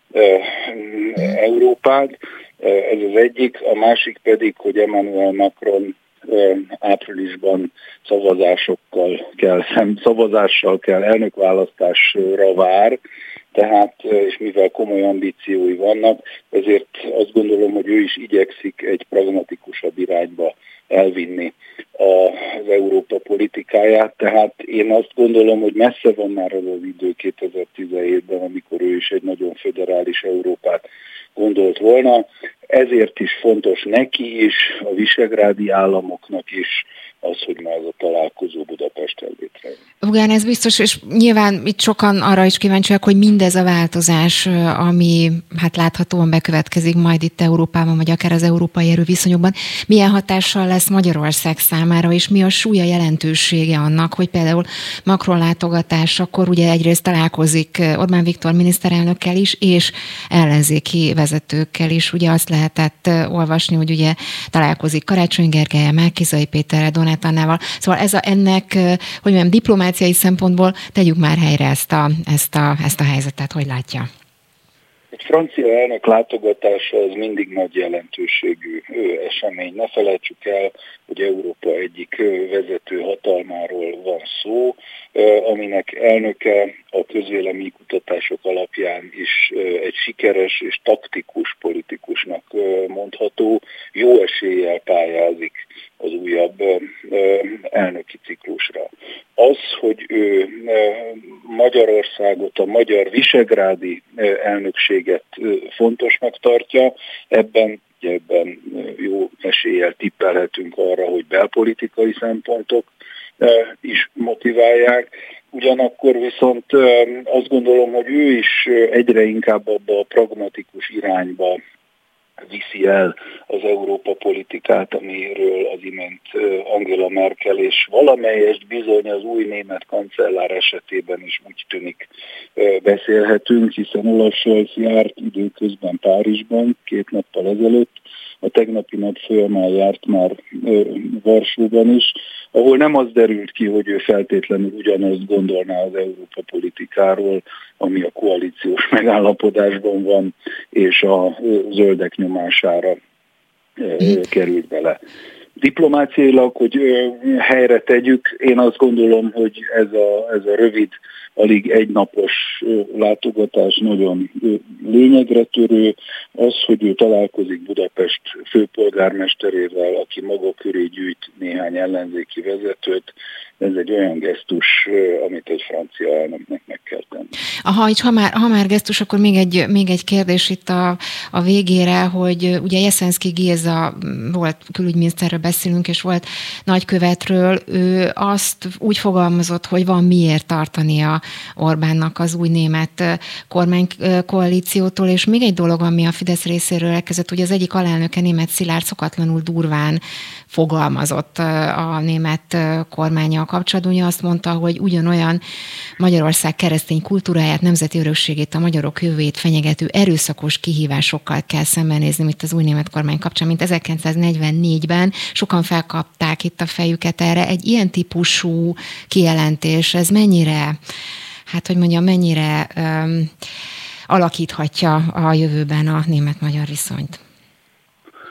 Európát. Ez az egyik, a másik pedig, hogy Emmanuel Macron áprilisban szavazásokkal kell, szavazással kell elnökválasztásra vár, tehát, és mivel komoly ambíciói vannak, ezért azt gondolom, hogy ő is igyekszik egy pragmatikusabb irányba elvinni az Európa politikáját, tehát én azt gondolom, hogy messze van már az az idő kétezer-tizenhétben, amikor ő is egy nagyon föderális Európát gondolt volna. Ezért is fontos neki is, a visegrádi államoknak is az, hogy már ez a találkozó Budapesten létrejön. Igen, ez biztos, és nyilván itt sokan arra is kíváncsiak, hogy mindez a változás, ami hát láthatóan bekövetkezik majd itt Európában, vagy akár az európai erőviszonyokban, milyen hatással lesz Magyarország számára, és mi a súlya, jelentősége annak, hogy például Macron látogatásakor ugye egyrészt találkozik Orbán Viktor miniszterelnökkel is, és ellenzéki vezetőkkel is. Ugye azt lehetett olvasni, hogy ugye találkozik Karácsony Gergellyel, Márki-Zay Péterrel, Donát Annával. Szóval ez a, ennek, hogy mondjam, diplomáciai szempontból tegyük már helyre ezt a, ezt a, ezt a helyzetet, hogy látja? Egy francia elnök látogatása az mindig nagy jelentőségű esemény. Ne felejtsük el, hogy Európa egyik vezető hatalmáról van szó, aminek elnöke a közvéleménykutatások alapján is egy sikeres és taktikus politikusnak mondható, jó eséllyel pályázik az újabb elnöki ciklusra. Az, hogy ő Magyarországot, a magyar visegrádi elnökséget fontosnak tartja, ebben, ebben jó eséllyel tippelhetünk arra, hogy belpolitikai szempontok is motiválják. Ugyanakkor viszont azt gondolom, hogy ő is egyre inkább abba a pragmatikus irányba viszi el az Európa politikát, amiről az imént Angela Merkel és valamelyest bizony az új német kancellár esetében is úgy tűnik beszélhetünk, hiszen Olaf Scholz járt időközben Párizsban két nappal ezelőtt, a tegnapi nap folyamán járt már Varsóban is, ahol nem az derült ki, hogy ő feltétlenül ugyanazt gondolná az Európa politikáról, ami a koalíciós megállapodásban van, és a zöldek nyomására került bele. Diplomáciailag, hogy helyre tegyük, én azt gondolom, hogy ez a, ez a rövid, alig egynapos látogatás nagyon lényegre törő. Az, hogy ő találkozik Budapest főpolgármesterével, aki maga köré gyűjt néhány ellenzéki vezetőt, ez egy olyan gesztus, amit egy francia elnöknek meg kell tenni. Aha, és ha már, ha már gesztus, akkor még egy, még egy kérdés itt a, a végére, hogy ugye Jeszenszky Géza volt külügyminiszterről beszélünk, és volt nagykövetről, ő azt úgy fogalmazott, hogy van miért tartania Orbánnak az új német kormánykoalíciótól, és még egy dolog, ami a Fidesz részéről elkezdett, hogy az egyik alelnöke, Németh Szilárd szokatlanul durván fogalmazott a német kormánnyal kapcsolatban. Azt mondta, hogy ugyanolyan Magyarország keresztény kultúráját, nemzeti örökségét, a magyarok jövőjét fenyegető erőszakos kihívásokkal kell szembenézni itt az új német kormány kapcsán, mint ezerkilencszáznegyvennégyben. Sokan felkapták itt a fejüket erre. Egy ilyen típusú kijelentés, ez mennyire, hát hogy mondjam, mennyire um, alakíthatja a jövőben a német-magyar viszonyt?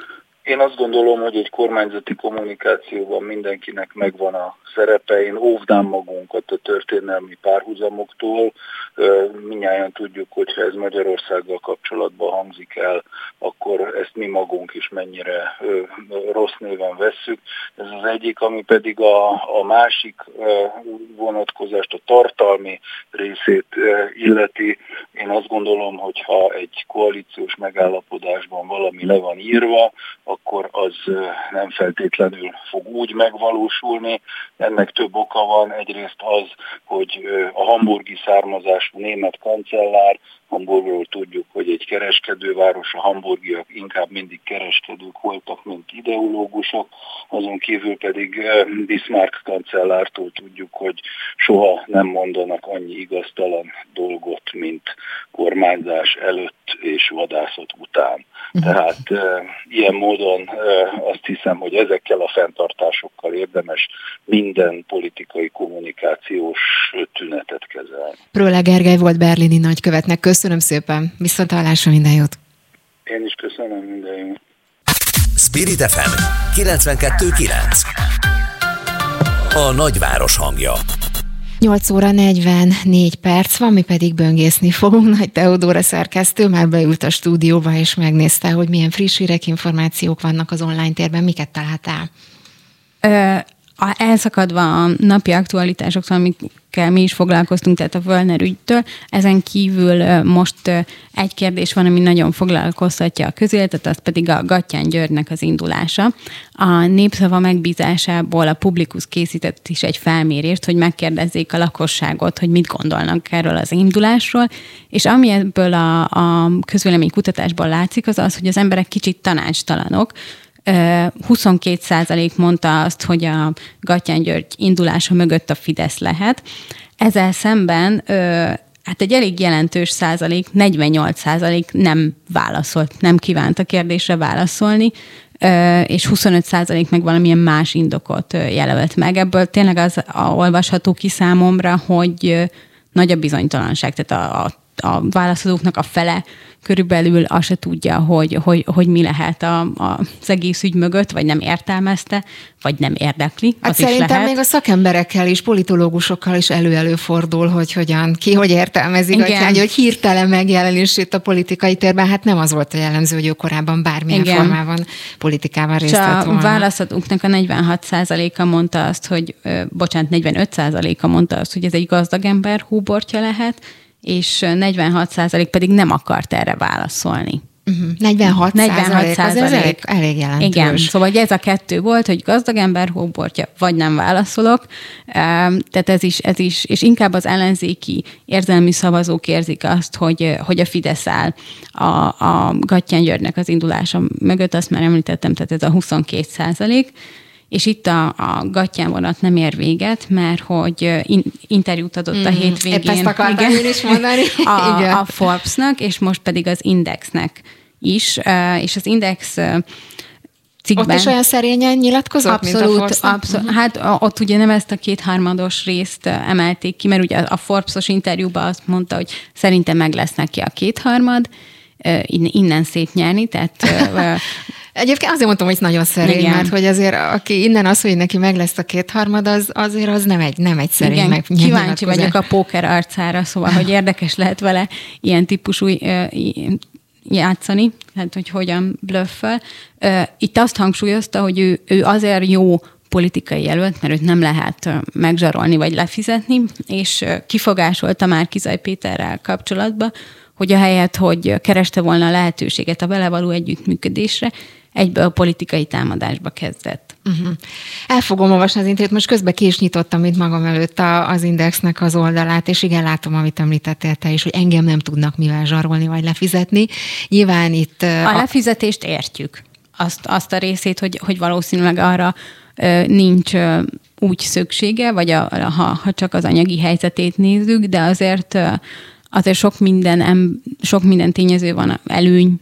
Én azt gondolom, hogy egy kormányzati kommunikációban mindenkinek megvan a szerepe. Én óvnám magunkat a történelmi párhuzamoktól. Mindnyájan tudjuk, hogyha ez Magyarországgal kapcsolatban hangzik el, akkor ezt mi magunk is mennyire rossz néven vesszük. Ez az egyik, ami pedig a, a másik vonatkozást, a tartalmi részét illeti. Én azt gondolom, hogyha egy koalíciós megállapodásban valami le van írva, akkor az nem feltétlenül fog úgy megvalósulni. Ennek több oka van. Egyrészt az, hogy a hamburgi származású német kancellár, Hamburgról tudjuk, hogy egy kereskedőváros, a hamburgiak inkább mindig kereskedők voltak, mint ideológusok, azon kívül pedig Bismarck kancellártól tudjuk, hogy soha nem mondanak annyi igaztalan dolgot, mint kormányzás előtt és vadászat után. Tehát e, ilyen módon e, azt hiszem, hogy ezekkel a fenntartásokkal érdemes minden politikai kommunikációs tünetet kezelni. Prölle Gergely volt berlini nagykövetnek. Köszönöm szépen. Viszonthallásra, minden jót. Én is köszönöm, minden jót. Spirit ef em kilencvenkettő kilenc. A nagyváros hangja. nyolc óra negyvennégy perc van, mi pedig böngészni fogunk. Nagy Teodóra szerkesztő már beült a stúdióba, és megnézte, hogy milyen friss hírek, információk vannak az online térben. Miket találtál? Ö, elszakadva a napi aktualitásoktól, amikkel mi is foglalkoztunk, tehát a Völner ügytől, ezen kívül most egy kérdés van, ami nagyon foglalkoztatja a közéletet, az pedig a Gattyán Györgynek az indulása. A Népszava megbízásából a Publikus készített is egy felmérést, hogy megkérdezzék a lakosságot, hogy mit gondolnak erről az indulásról, és ami ebből a, a közvéleménykutatásból látszik, az az, hogy az emberek kicsit tanácstalanok. huszonkét százalék mondta azt, hogy a Gattyán György indulása mögött a Fidesz lehet. Ezzel szemben hát egy elég jelentős százalék, negyvennyolc százalék nem válaszolt, nem kívánt a kérdésre válaszolni, és huszonöt százalék meg valamilyen más indokot jelölt meg. Ebből tényleg az olvasható ki számomra, hogy nagy a bizonytalanság, tehát a, a a válaszadóknak a fele körülbelül azt se tudja, hogy, hogy, hogy mi lehet a, a, az egész ügy mögött, vagy nem értelmezte, vagy nem érdekli. Hát szerintem még a szakemberekkel is, politológusokkal is elő-előfordul, hogy hogyan, ki hogy értelmezik, hogy, hogy hirtelen megjelenését a politikai térben, hát nem az volt a jellemző, hogy ő korábban bármilyen Igen. formában politikában részt vett volna. A válaszadóknak a negyvenhat százaléka mondta azt, hogy, bocsánat, negyvenöt százaléka mondta azt, hogy ez egy gazdag ember húbortja lehet, és negyvenhat százalék pedig nem akart erre válaszolni. Uh-huh. negyvenhat százalék, az elég, elég jelentős. Igen, szóval ez a kettő volt, hogy gazdag ember hóbortja, vagy nem válaszolok. Tehát ez is, ez is, és inkább az ellenzéki érzelmi szavazók érzik azt, hogy, hogy a Fidesz áll a, a Gattyán Györgynek az indulása mögött, azt már említettem, tehát ez a huszonkét százalék. És itt a, a Gattyán vonat nem ér véget, mert hogy in, interjút adott mm, a hétvégén. Épp ezt akartam igen, én is mondani. A, igen. a Forbesnak, és most pedig az Indexnek is. És az Index cikkben... Ott is olyan szerényen nyilatkozott, abszolút, mint a Forbes? Abszolút. Uh-huh. Hát ott ugye nem ezt a kétharmados részt emelték ki, mert ugye a Forbesos interjúban azt mondta, hogy szerintem meg lesz neki a kétharmad, innen szép nyerni, tehát... Egyébként azért mondtam, hogy nagyon szerény, Igen. mert hogy azért aki innen az, hogy neki meg lesz a kétharmad, az azért az nem egy, nem egy szerény. Igen, meg kíváncsi vagyok a póker arcára, szóval, hogy érdekes lehet vele ilyen típusú játszani, tehát hogy hogyan blöffel. Itt azt hangsúlyozta, hogy ő, ő azért jó politikai jelölt, mert őt nem lehet megzsarolni vagy lefizetni, és kifogásolta már Kizaj Péterrel kapcsolatban, hogy ahelyett, hogy kereste volna a lehetőséget a vele való együttműködésre, egyből a politikai támadásba kezdett. Uh-huh. El fogom olvasni az interjút, most közben ki is nyitottam itt magam előtt a, az Indexnek az oldalát, és igen, látom, amit említettél te is, hogy engem nem tudnak mivel zsarolni vagy lefizetni. Nyilván itt... A, a lefizetést értjük. Azt, azt a részét, hogy, hogy valószínűleg arra ö, nincs ö, úgy szüksége, vagy a, ha, ha csak az anyagi helyzetét nézzük, de azért... Ö, Azért sok minden, sok minden tényező van, előny,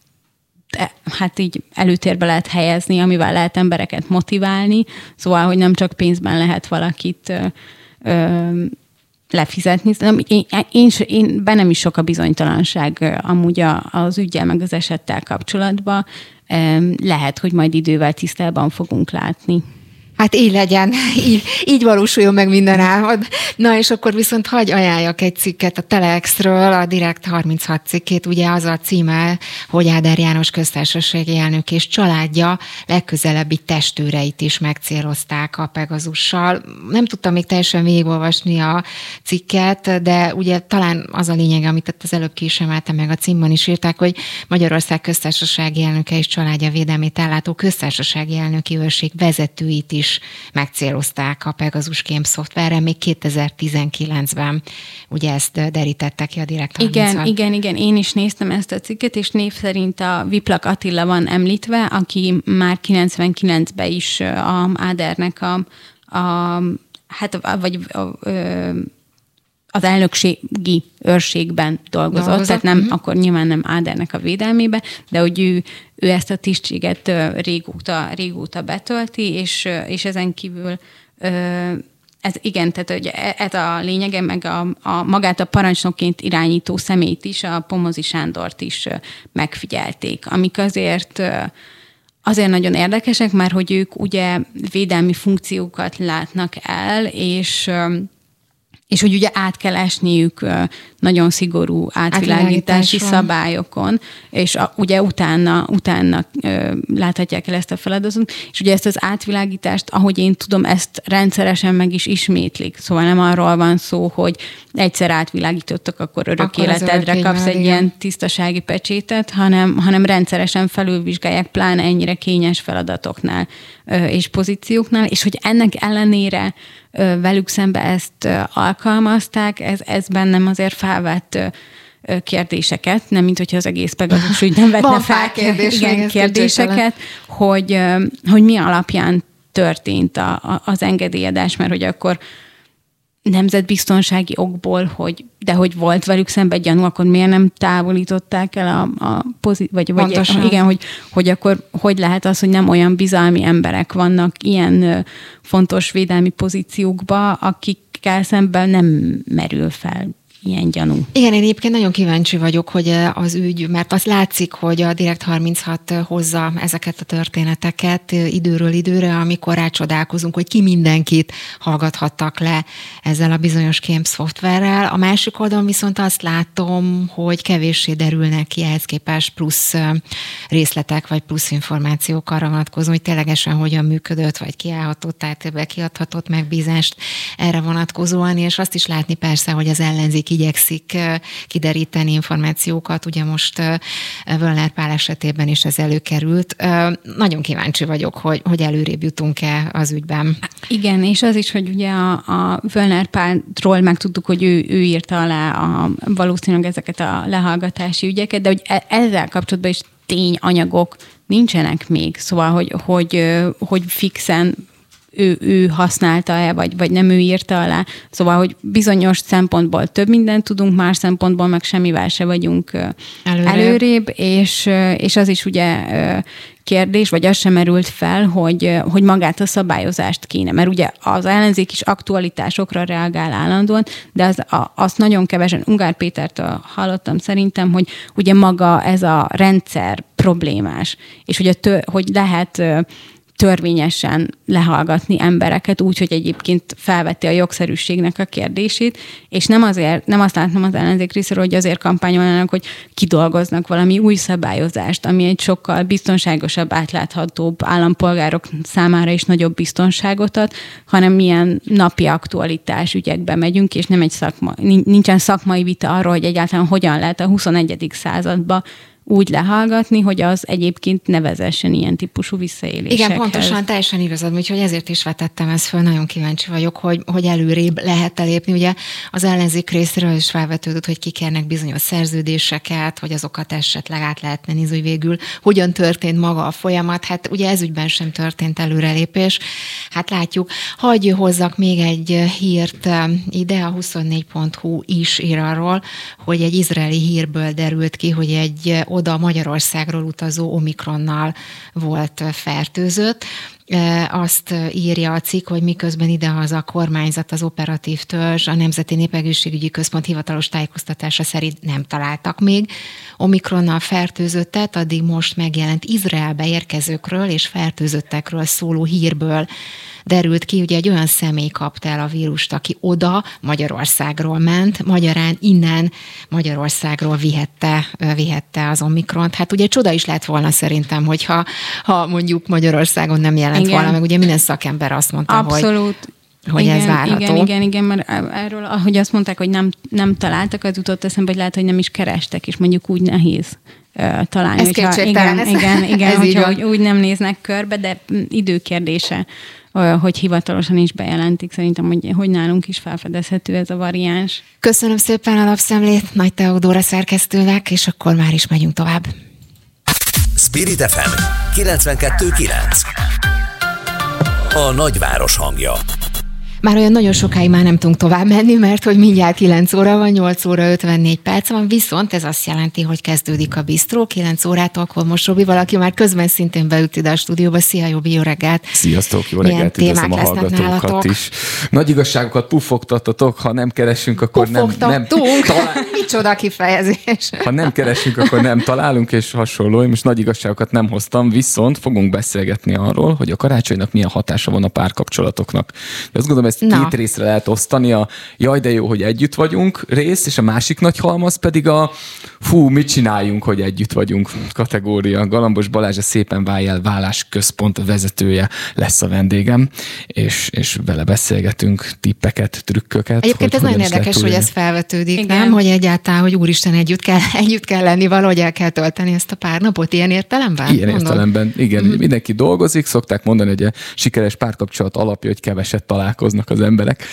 de hát így előtérbe lehet helyezni, amivel lehet embereket motiválni, szóval, hogy nem csak pénzben lehet valakit ö, ö, lefizetni. Én, én, én bennem is sok a bizonytalanság amúgy a, az üggyel meg az esettel kapcsolatban. Lehet, hogy majd idővel tisztában fogunk látni. Hát így legyen, így, így valósuljon meg minden álmod. Na és akkor viszont hagy ajánljak egy cikket a Telexről, a Direkt harminchat cikkét, ugye az a címe, hogy Áder János köztársasági elnök és családja legközelebbi testőreit is megcélozták a Pegazussal. Nem tudtam még teljesen végigolvasni a cikket, de ugye talán az a lényeg, amit az előbb ki is emeltem, meg a címben is írták, hogy Magyarország köztársasági elnöke és családja védelmét ellátó köztársasági elnöki őrség vezetőit is megcélozták a Pegazus kém szoftverre még kétezer-tizenkilencben. Ugye ezt derítettek ki a Direkt harminchat. Igen, igen, igen, én is néztem ezt a cikket, és név szerint a Viplak Attila van említve, aki már kilencvenkilencben is a Ádernek a, a hát vagy a, a, az elnökségi őrségben dolgozott, dolgozott. Tehát nem, uh-huh. akkor nyilván nem Ádernek a védelmébe, de hogy ő, ő ezt a tisztséget régóta, régóta betölti, és, és ezen kívül ez igen, tehát hogy ez a lényege, meg a, a magát a parancsnokként irányító személyt is, a Pomozi Sándort is megfigyelték, amik azért azért nagyon érdekesek, mert hogy ők ugye védelmi funkciókat látnak el, és és hogy ugye át kell esniük nagyon szigorú átvilágítási szabályokon, és a, ugye utána, utána ö, láthatják el ezt a feladatot, és ugye ezt az átvilágítást, ahogy én tudom, ezt rendszeresen meg is ismétlik. Szóval nem arról van szó, hogy egyszer átvilágítottak, akkor örök akkor életedre kapsz egy igen. ilyen tisztasági pecsétet, hanem, hanem rendszeresen felülvizsgálják, pláne ennyire kényes feladatoknál ö, és pozícióknál, és hogy ennek ellenére ö, velük szembe ezt ö, alkalmazták, ez, ez bennem azért felvett kérdéseket, nem mint hogyha az egész Pegazus úgy nem vetne fel kérdés, igen, kérdéseket, hogy, hogy mi alapján történt a, a, az engedélyadás, mert hogy akkor nemzetbiztonsági okból, hogy, de hogy volt velük szemben gyanú, akkor miért nem távolították el a, a pozit, vagy, vagy igen, hogy, hogy akkor hogy lehet az, hogy nem olyan bizalmi emberek vannak ilyen fontos védelmi pozíciókba, akikkel szemben nem merül fel ilyen gyanú. Igen, én egyébként nagyon kíváncsi vagyok, hogy az ügy, mert azt látszik, hogy a Direkt harminchat hozza ezeket a történeteket időről időre, amikor rácsodálkozunk, hogy ki mindenkit hallgathattak le ezzel a bizonyos kém szoftverrel. A másik oldalon viszont azt látom, hogy kevéssé derülnek ki ehhez képest plusz részletek, vagy plusz információk arra vonatkozó, hogy ténylegesen hogyan működött, vagy kiállhatott, tehát bekiadhatott megbízást erre vonatkozóan, és azt is látni persze, hogy az ellenzék igyekszik kideríteni információkat, ugye most Völner Pál esetében is ez előkerült. Nagyon kíváncsi vagyok, hogy, hogy előrébb jutunk-e az ügyben. Igen, és az is, hogy ugye a, a Völner Pálról megtudtuk, hogy ő, ő írta alá a, valószínűleg ezeket a lehallgatási ügyeket, de hogy ezzel kapcsolatban is tényanyagok nincsenek még, szóval, hogy, hogy, hogy fixen Ő, ő használta-e, vagy, vagy nem ő írta alá. Szóval, hogy bizonyos szempontból több mindent tudunk, más szempontból meg semmivel se vagyunk előrébb, előrébb és, és az is ugye kérdés, vagy az sem merült fel, hogy, hogy magát a szabályozást kéne. Mert ugye az ellenzék is aktualitásokra reagál állandóan, de az, a, azt nagyon kevesen, Ungár Pétertől hallottam szerintem, hogy ugye maga ez a rendszer problémás, és hogy, a tő, hogy lehet törvényesen lehallgatni embereket úgy, hogy egyébként felveti a jogszerűségnek a kérdését, és nem azért, nem azt látom az ellenzék részéről, hogy azért kampányolnak, hogy kidolgoznak valami új szabályozást, ami egy sokkal biztonságosabb, átláthatóbb, állampolgárok számára is nagyobb biztonságot ad, hanem milyen napi aktualitás ügyekbe megyünk, és nem egy szakma, nincsen szakmai vita arról, hogy egyáltalán hogyan lehet a huszonegyedik században úgy lehallgatni, hogy az egyébként ne vezessen ilyen típusú visszaélésekhez. Igen, pontosan, teljesen igazad, úgyhogy ezért is vetettem ezt föl, nagyon kíváncsi vagyok, hogy, hogy előrébb lehet lépni. Ugye az ellenzék részéről is felvetődött, hogy kikérnek bizonyos szerződéseket, hogy azokat esetleg át lehetne nézni, hogy végül hogyan történt maga a folyamat. Hát ugye ez ügyben sem történt előrelépés. Hát látjuk, hagyj hozzak még egy hírt ide, a huszonnégy pont hu is ír arról, hogy egy izraeli hírből derült ki, hogy egy oda Magyarországról utazó Omikronnal volt fertőzött. azt írja a cikk, hogy miközben idehaza a kormányzat, az operatív törzs, a Nemzeti Népegészségügyi Központ hivatalos tájékoztatása szerint nem találtak még omikronnal fertőzöttet, addig most megjelent Izraelbe érkezőkről és fertőzöttekről szóló hírből derült ki, ugye egy olyan személy kapta el a vírust, aki oda Magyarországról ment, magyarán innen Magyarországról vihette, vihette az omikront. Hát ugye csoda is lett volna szerintem, hogyha ha mondjuk Magyarországon nem jelent igen. volna, meg ugye minden szakember azt mondta, abszolút. hogy hogy igen, ez várható. Igen, igen, igen, mert erről, ahogy azt mondták, hogy nem, nem találtak, az jutott eszembe, hogy lehet, hogy nem is kerestek, és mondjuk úgy nehéz uh, találni. Ez hogyha, igen, ez, igen, igen, ez hogyha úgy, úgy nem néznek körbe, de időkérdése, hogy hivatalosan is bejelentik. Szerintem, hogy, hogy nálunk is felfedezhető ez a variáns. Köszönöm szépen a lapszemlét Nagy Teodóra szerkesztőnek, és akkor már is megyünk tovább. Spirit ef em kilencvenkettő kilenc. A nagyváros hangja. Már olyan nagyon sokáig már nem tudunk tovább menni, mert hogy mindjárt kilenc óra van, nyolc óra ötvennégy perc van, viszont ez azt jelenti, hogy kezdődik a bistró, kilenc órától Kolmos Robi, valaki már közben szintén beült ide a stúdióba. Szia, Jobi, jó reggelt! Sziasztok, jó reggelt, üdvözlöm a hallgatókat is. Nagy igazságokat puffogtattatok, ha nem keresünk, akkor nem, nem talál... Micsoda kifejezés! Ha nem keresünk, akkor nem találunk, és hasonló. Én most nagy igazságokat nem hoztam, viszont fogunk beszélgetni arról, hogy a karácsonynak milyen hatása van a párkapcsolatoknak. Azt gondolom, ezt Na. két részre lehet osztani, a jaj, de jó, hogy együtt vagyunk rész, és a másik nagy halmaz pedig a fú, mit csináljunk, hogy együtt vagyunk kategória. Galambos Balázs, a Szépen Válj El Válás Központ vezetője lesz a vendégem, és, és vele beszélgetünk tippeket, trükköket. Egyébként ez nagyon érdekes, hogy ez felvetődik, igen. nem? Hogy egyáltalán, hogy úristen, együtt kell, együtt kell lenni, valahogy el kell tölteni ezt a pár napot, ilyen értelemben? Ilyen mondom. értelemben, igen. Mm. Mindenki dolgozik, szokták mondani, hogy a sikeres párkapcsolat alapja, hogy keveset találkoznak az emberek.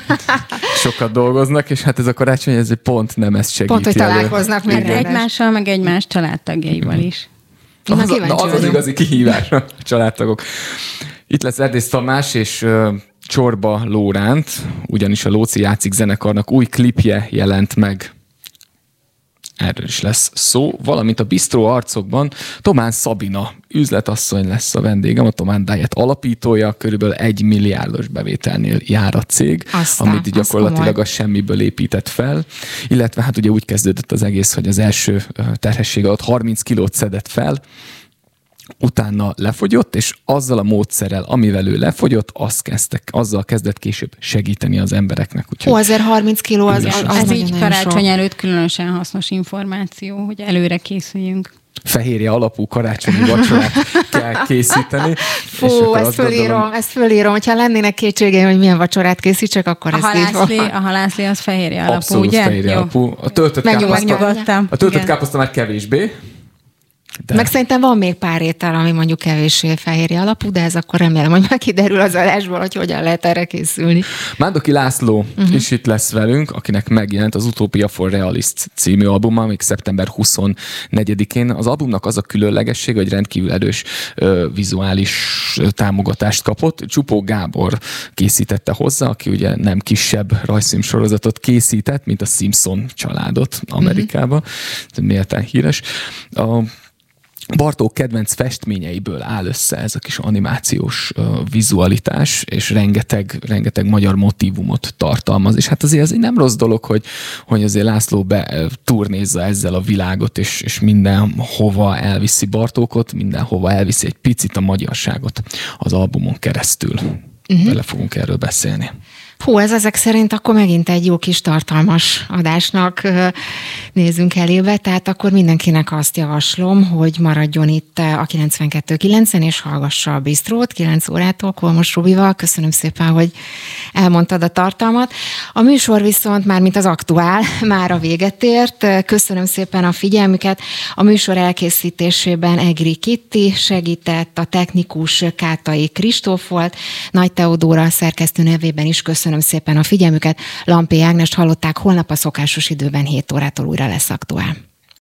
Sokat dolgoznak, és hát ez a karácsony, ez egy pont nem ezt segíti. Pont, hogy találkoznak meg egymással, meg egymás családtagjaival is. Az, az, az az igazi kihívás a családtagok. Itt lesz Erdész Tamás és uh, Csorba Lóránt, ugyanis a Lóci Játszik zenekarnak új klipje jelent meg. Erről is lesz szó, valamint a Bistró arcokban Tomán Szabina üzletasszony lesz a vendégem, a Tomán Diet alapítója, körülbelül egy milliárdos bevételnél jár a cég, Aztán, amit gyakorlatilag a semmiből épített fel, illetve hát ugye úgy kezdődött az egész, hogy az első terhesség alatt harminc kilót szedett fel, utána lefogyott, és azzal a módszerrel, amivel ő lefogyott, azt kezdtek, azzal kezdett később segíteni az embereknek. Úgyhogy Ó, azért harminc kiló az, az, az Ez így karácsony sok. előtt különösen hasznos információ, hogy előre készüljünk. Fehérje alapú karácsonyi vacsorát kell készíteni. Fú, ezt fölírom, gondolom... ezt fölírom. Hogyha lennének kétségeim, hogy milyen vacsorát készítsek, akkor a ezt halászlé, A halászlé az fehérje alapú, Abszolút ugye? fehérje Jó. alapú. A töltött káposzta, a töltött káposzta már kevésbé. De. Meg szerintem van még pár étel, ami mondjuk kevéssé fehérje alapú, de ez akkor remélem, hogy már kiderül az adásból, hogy hogyan lehet erre készülni. Mándoki László uh-huh. is itt lesz velünk, akinek megjelent az Utopia for Realists című albuma, még szeptember huszonnegyedikén. Az albumnak az a különlegesség, hogy rendkívül erős ö, vizuális támogatást kapott. Csupó Gábor készítette hozzá, aki ugye nem kisebb rajzfilmsorozatot készített, mint a Simpson családot Amerikában. Uh-huh. Méltán híres. A Bartók kedvenc festményeiből áll össze ez a kis animációs uh, vizualitás, és rengeteg, rengeteg magyar motívumot tartalmaz. És hát azért ez nem rossz dolog, hogy, hogy azért László be turnézza ezzel a világot, és, és mindenhova elviszi Bartókot, mindenhova elviszi egy picit a magyarságot az albumon keresztül. Uh-huh. Vele fogunk erről beszélni. Hú, ez ezek szerint akkor megint egy jó kis tartalmas adásnak nézzünk elébe, tehát akkor mindenkinek azt javaslom, hogy maradjon itt a kilencvenkettő kilencen, és hallgassa a Bistrót kilenc órától Kolmos Robival. Köszönöm szépen, hogy elmondtad a tartalmat. A műsor viszont már, mint az aktuál, már a véget ért. Köszönöm szépen a figyelmüket. A műsor elkészítésében Egri Kitti segített, a technikus Kátai Kristóf volt, Nagy Teodóra szerkesztő nevében is köszönöm szépen a figyelmüket. Lampi Ágnest hallották, holnap a szokásos időben hét órától újra lesz aktuál.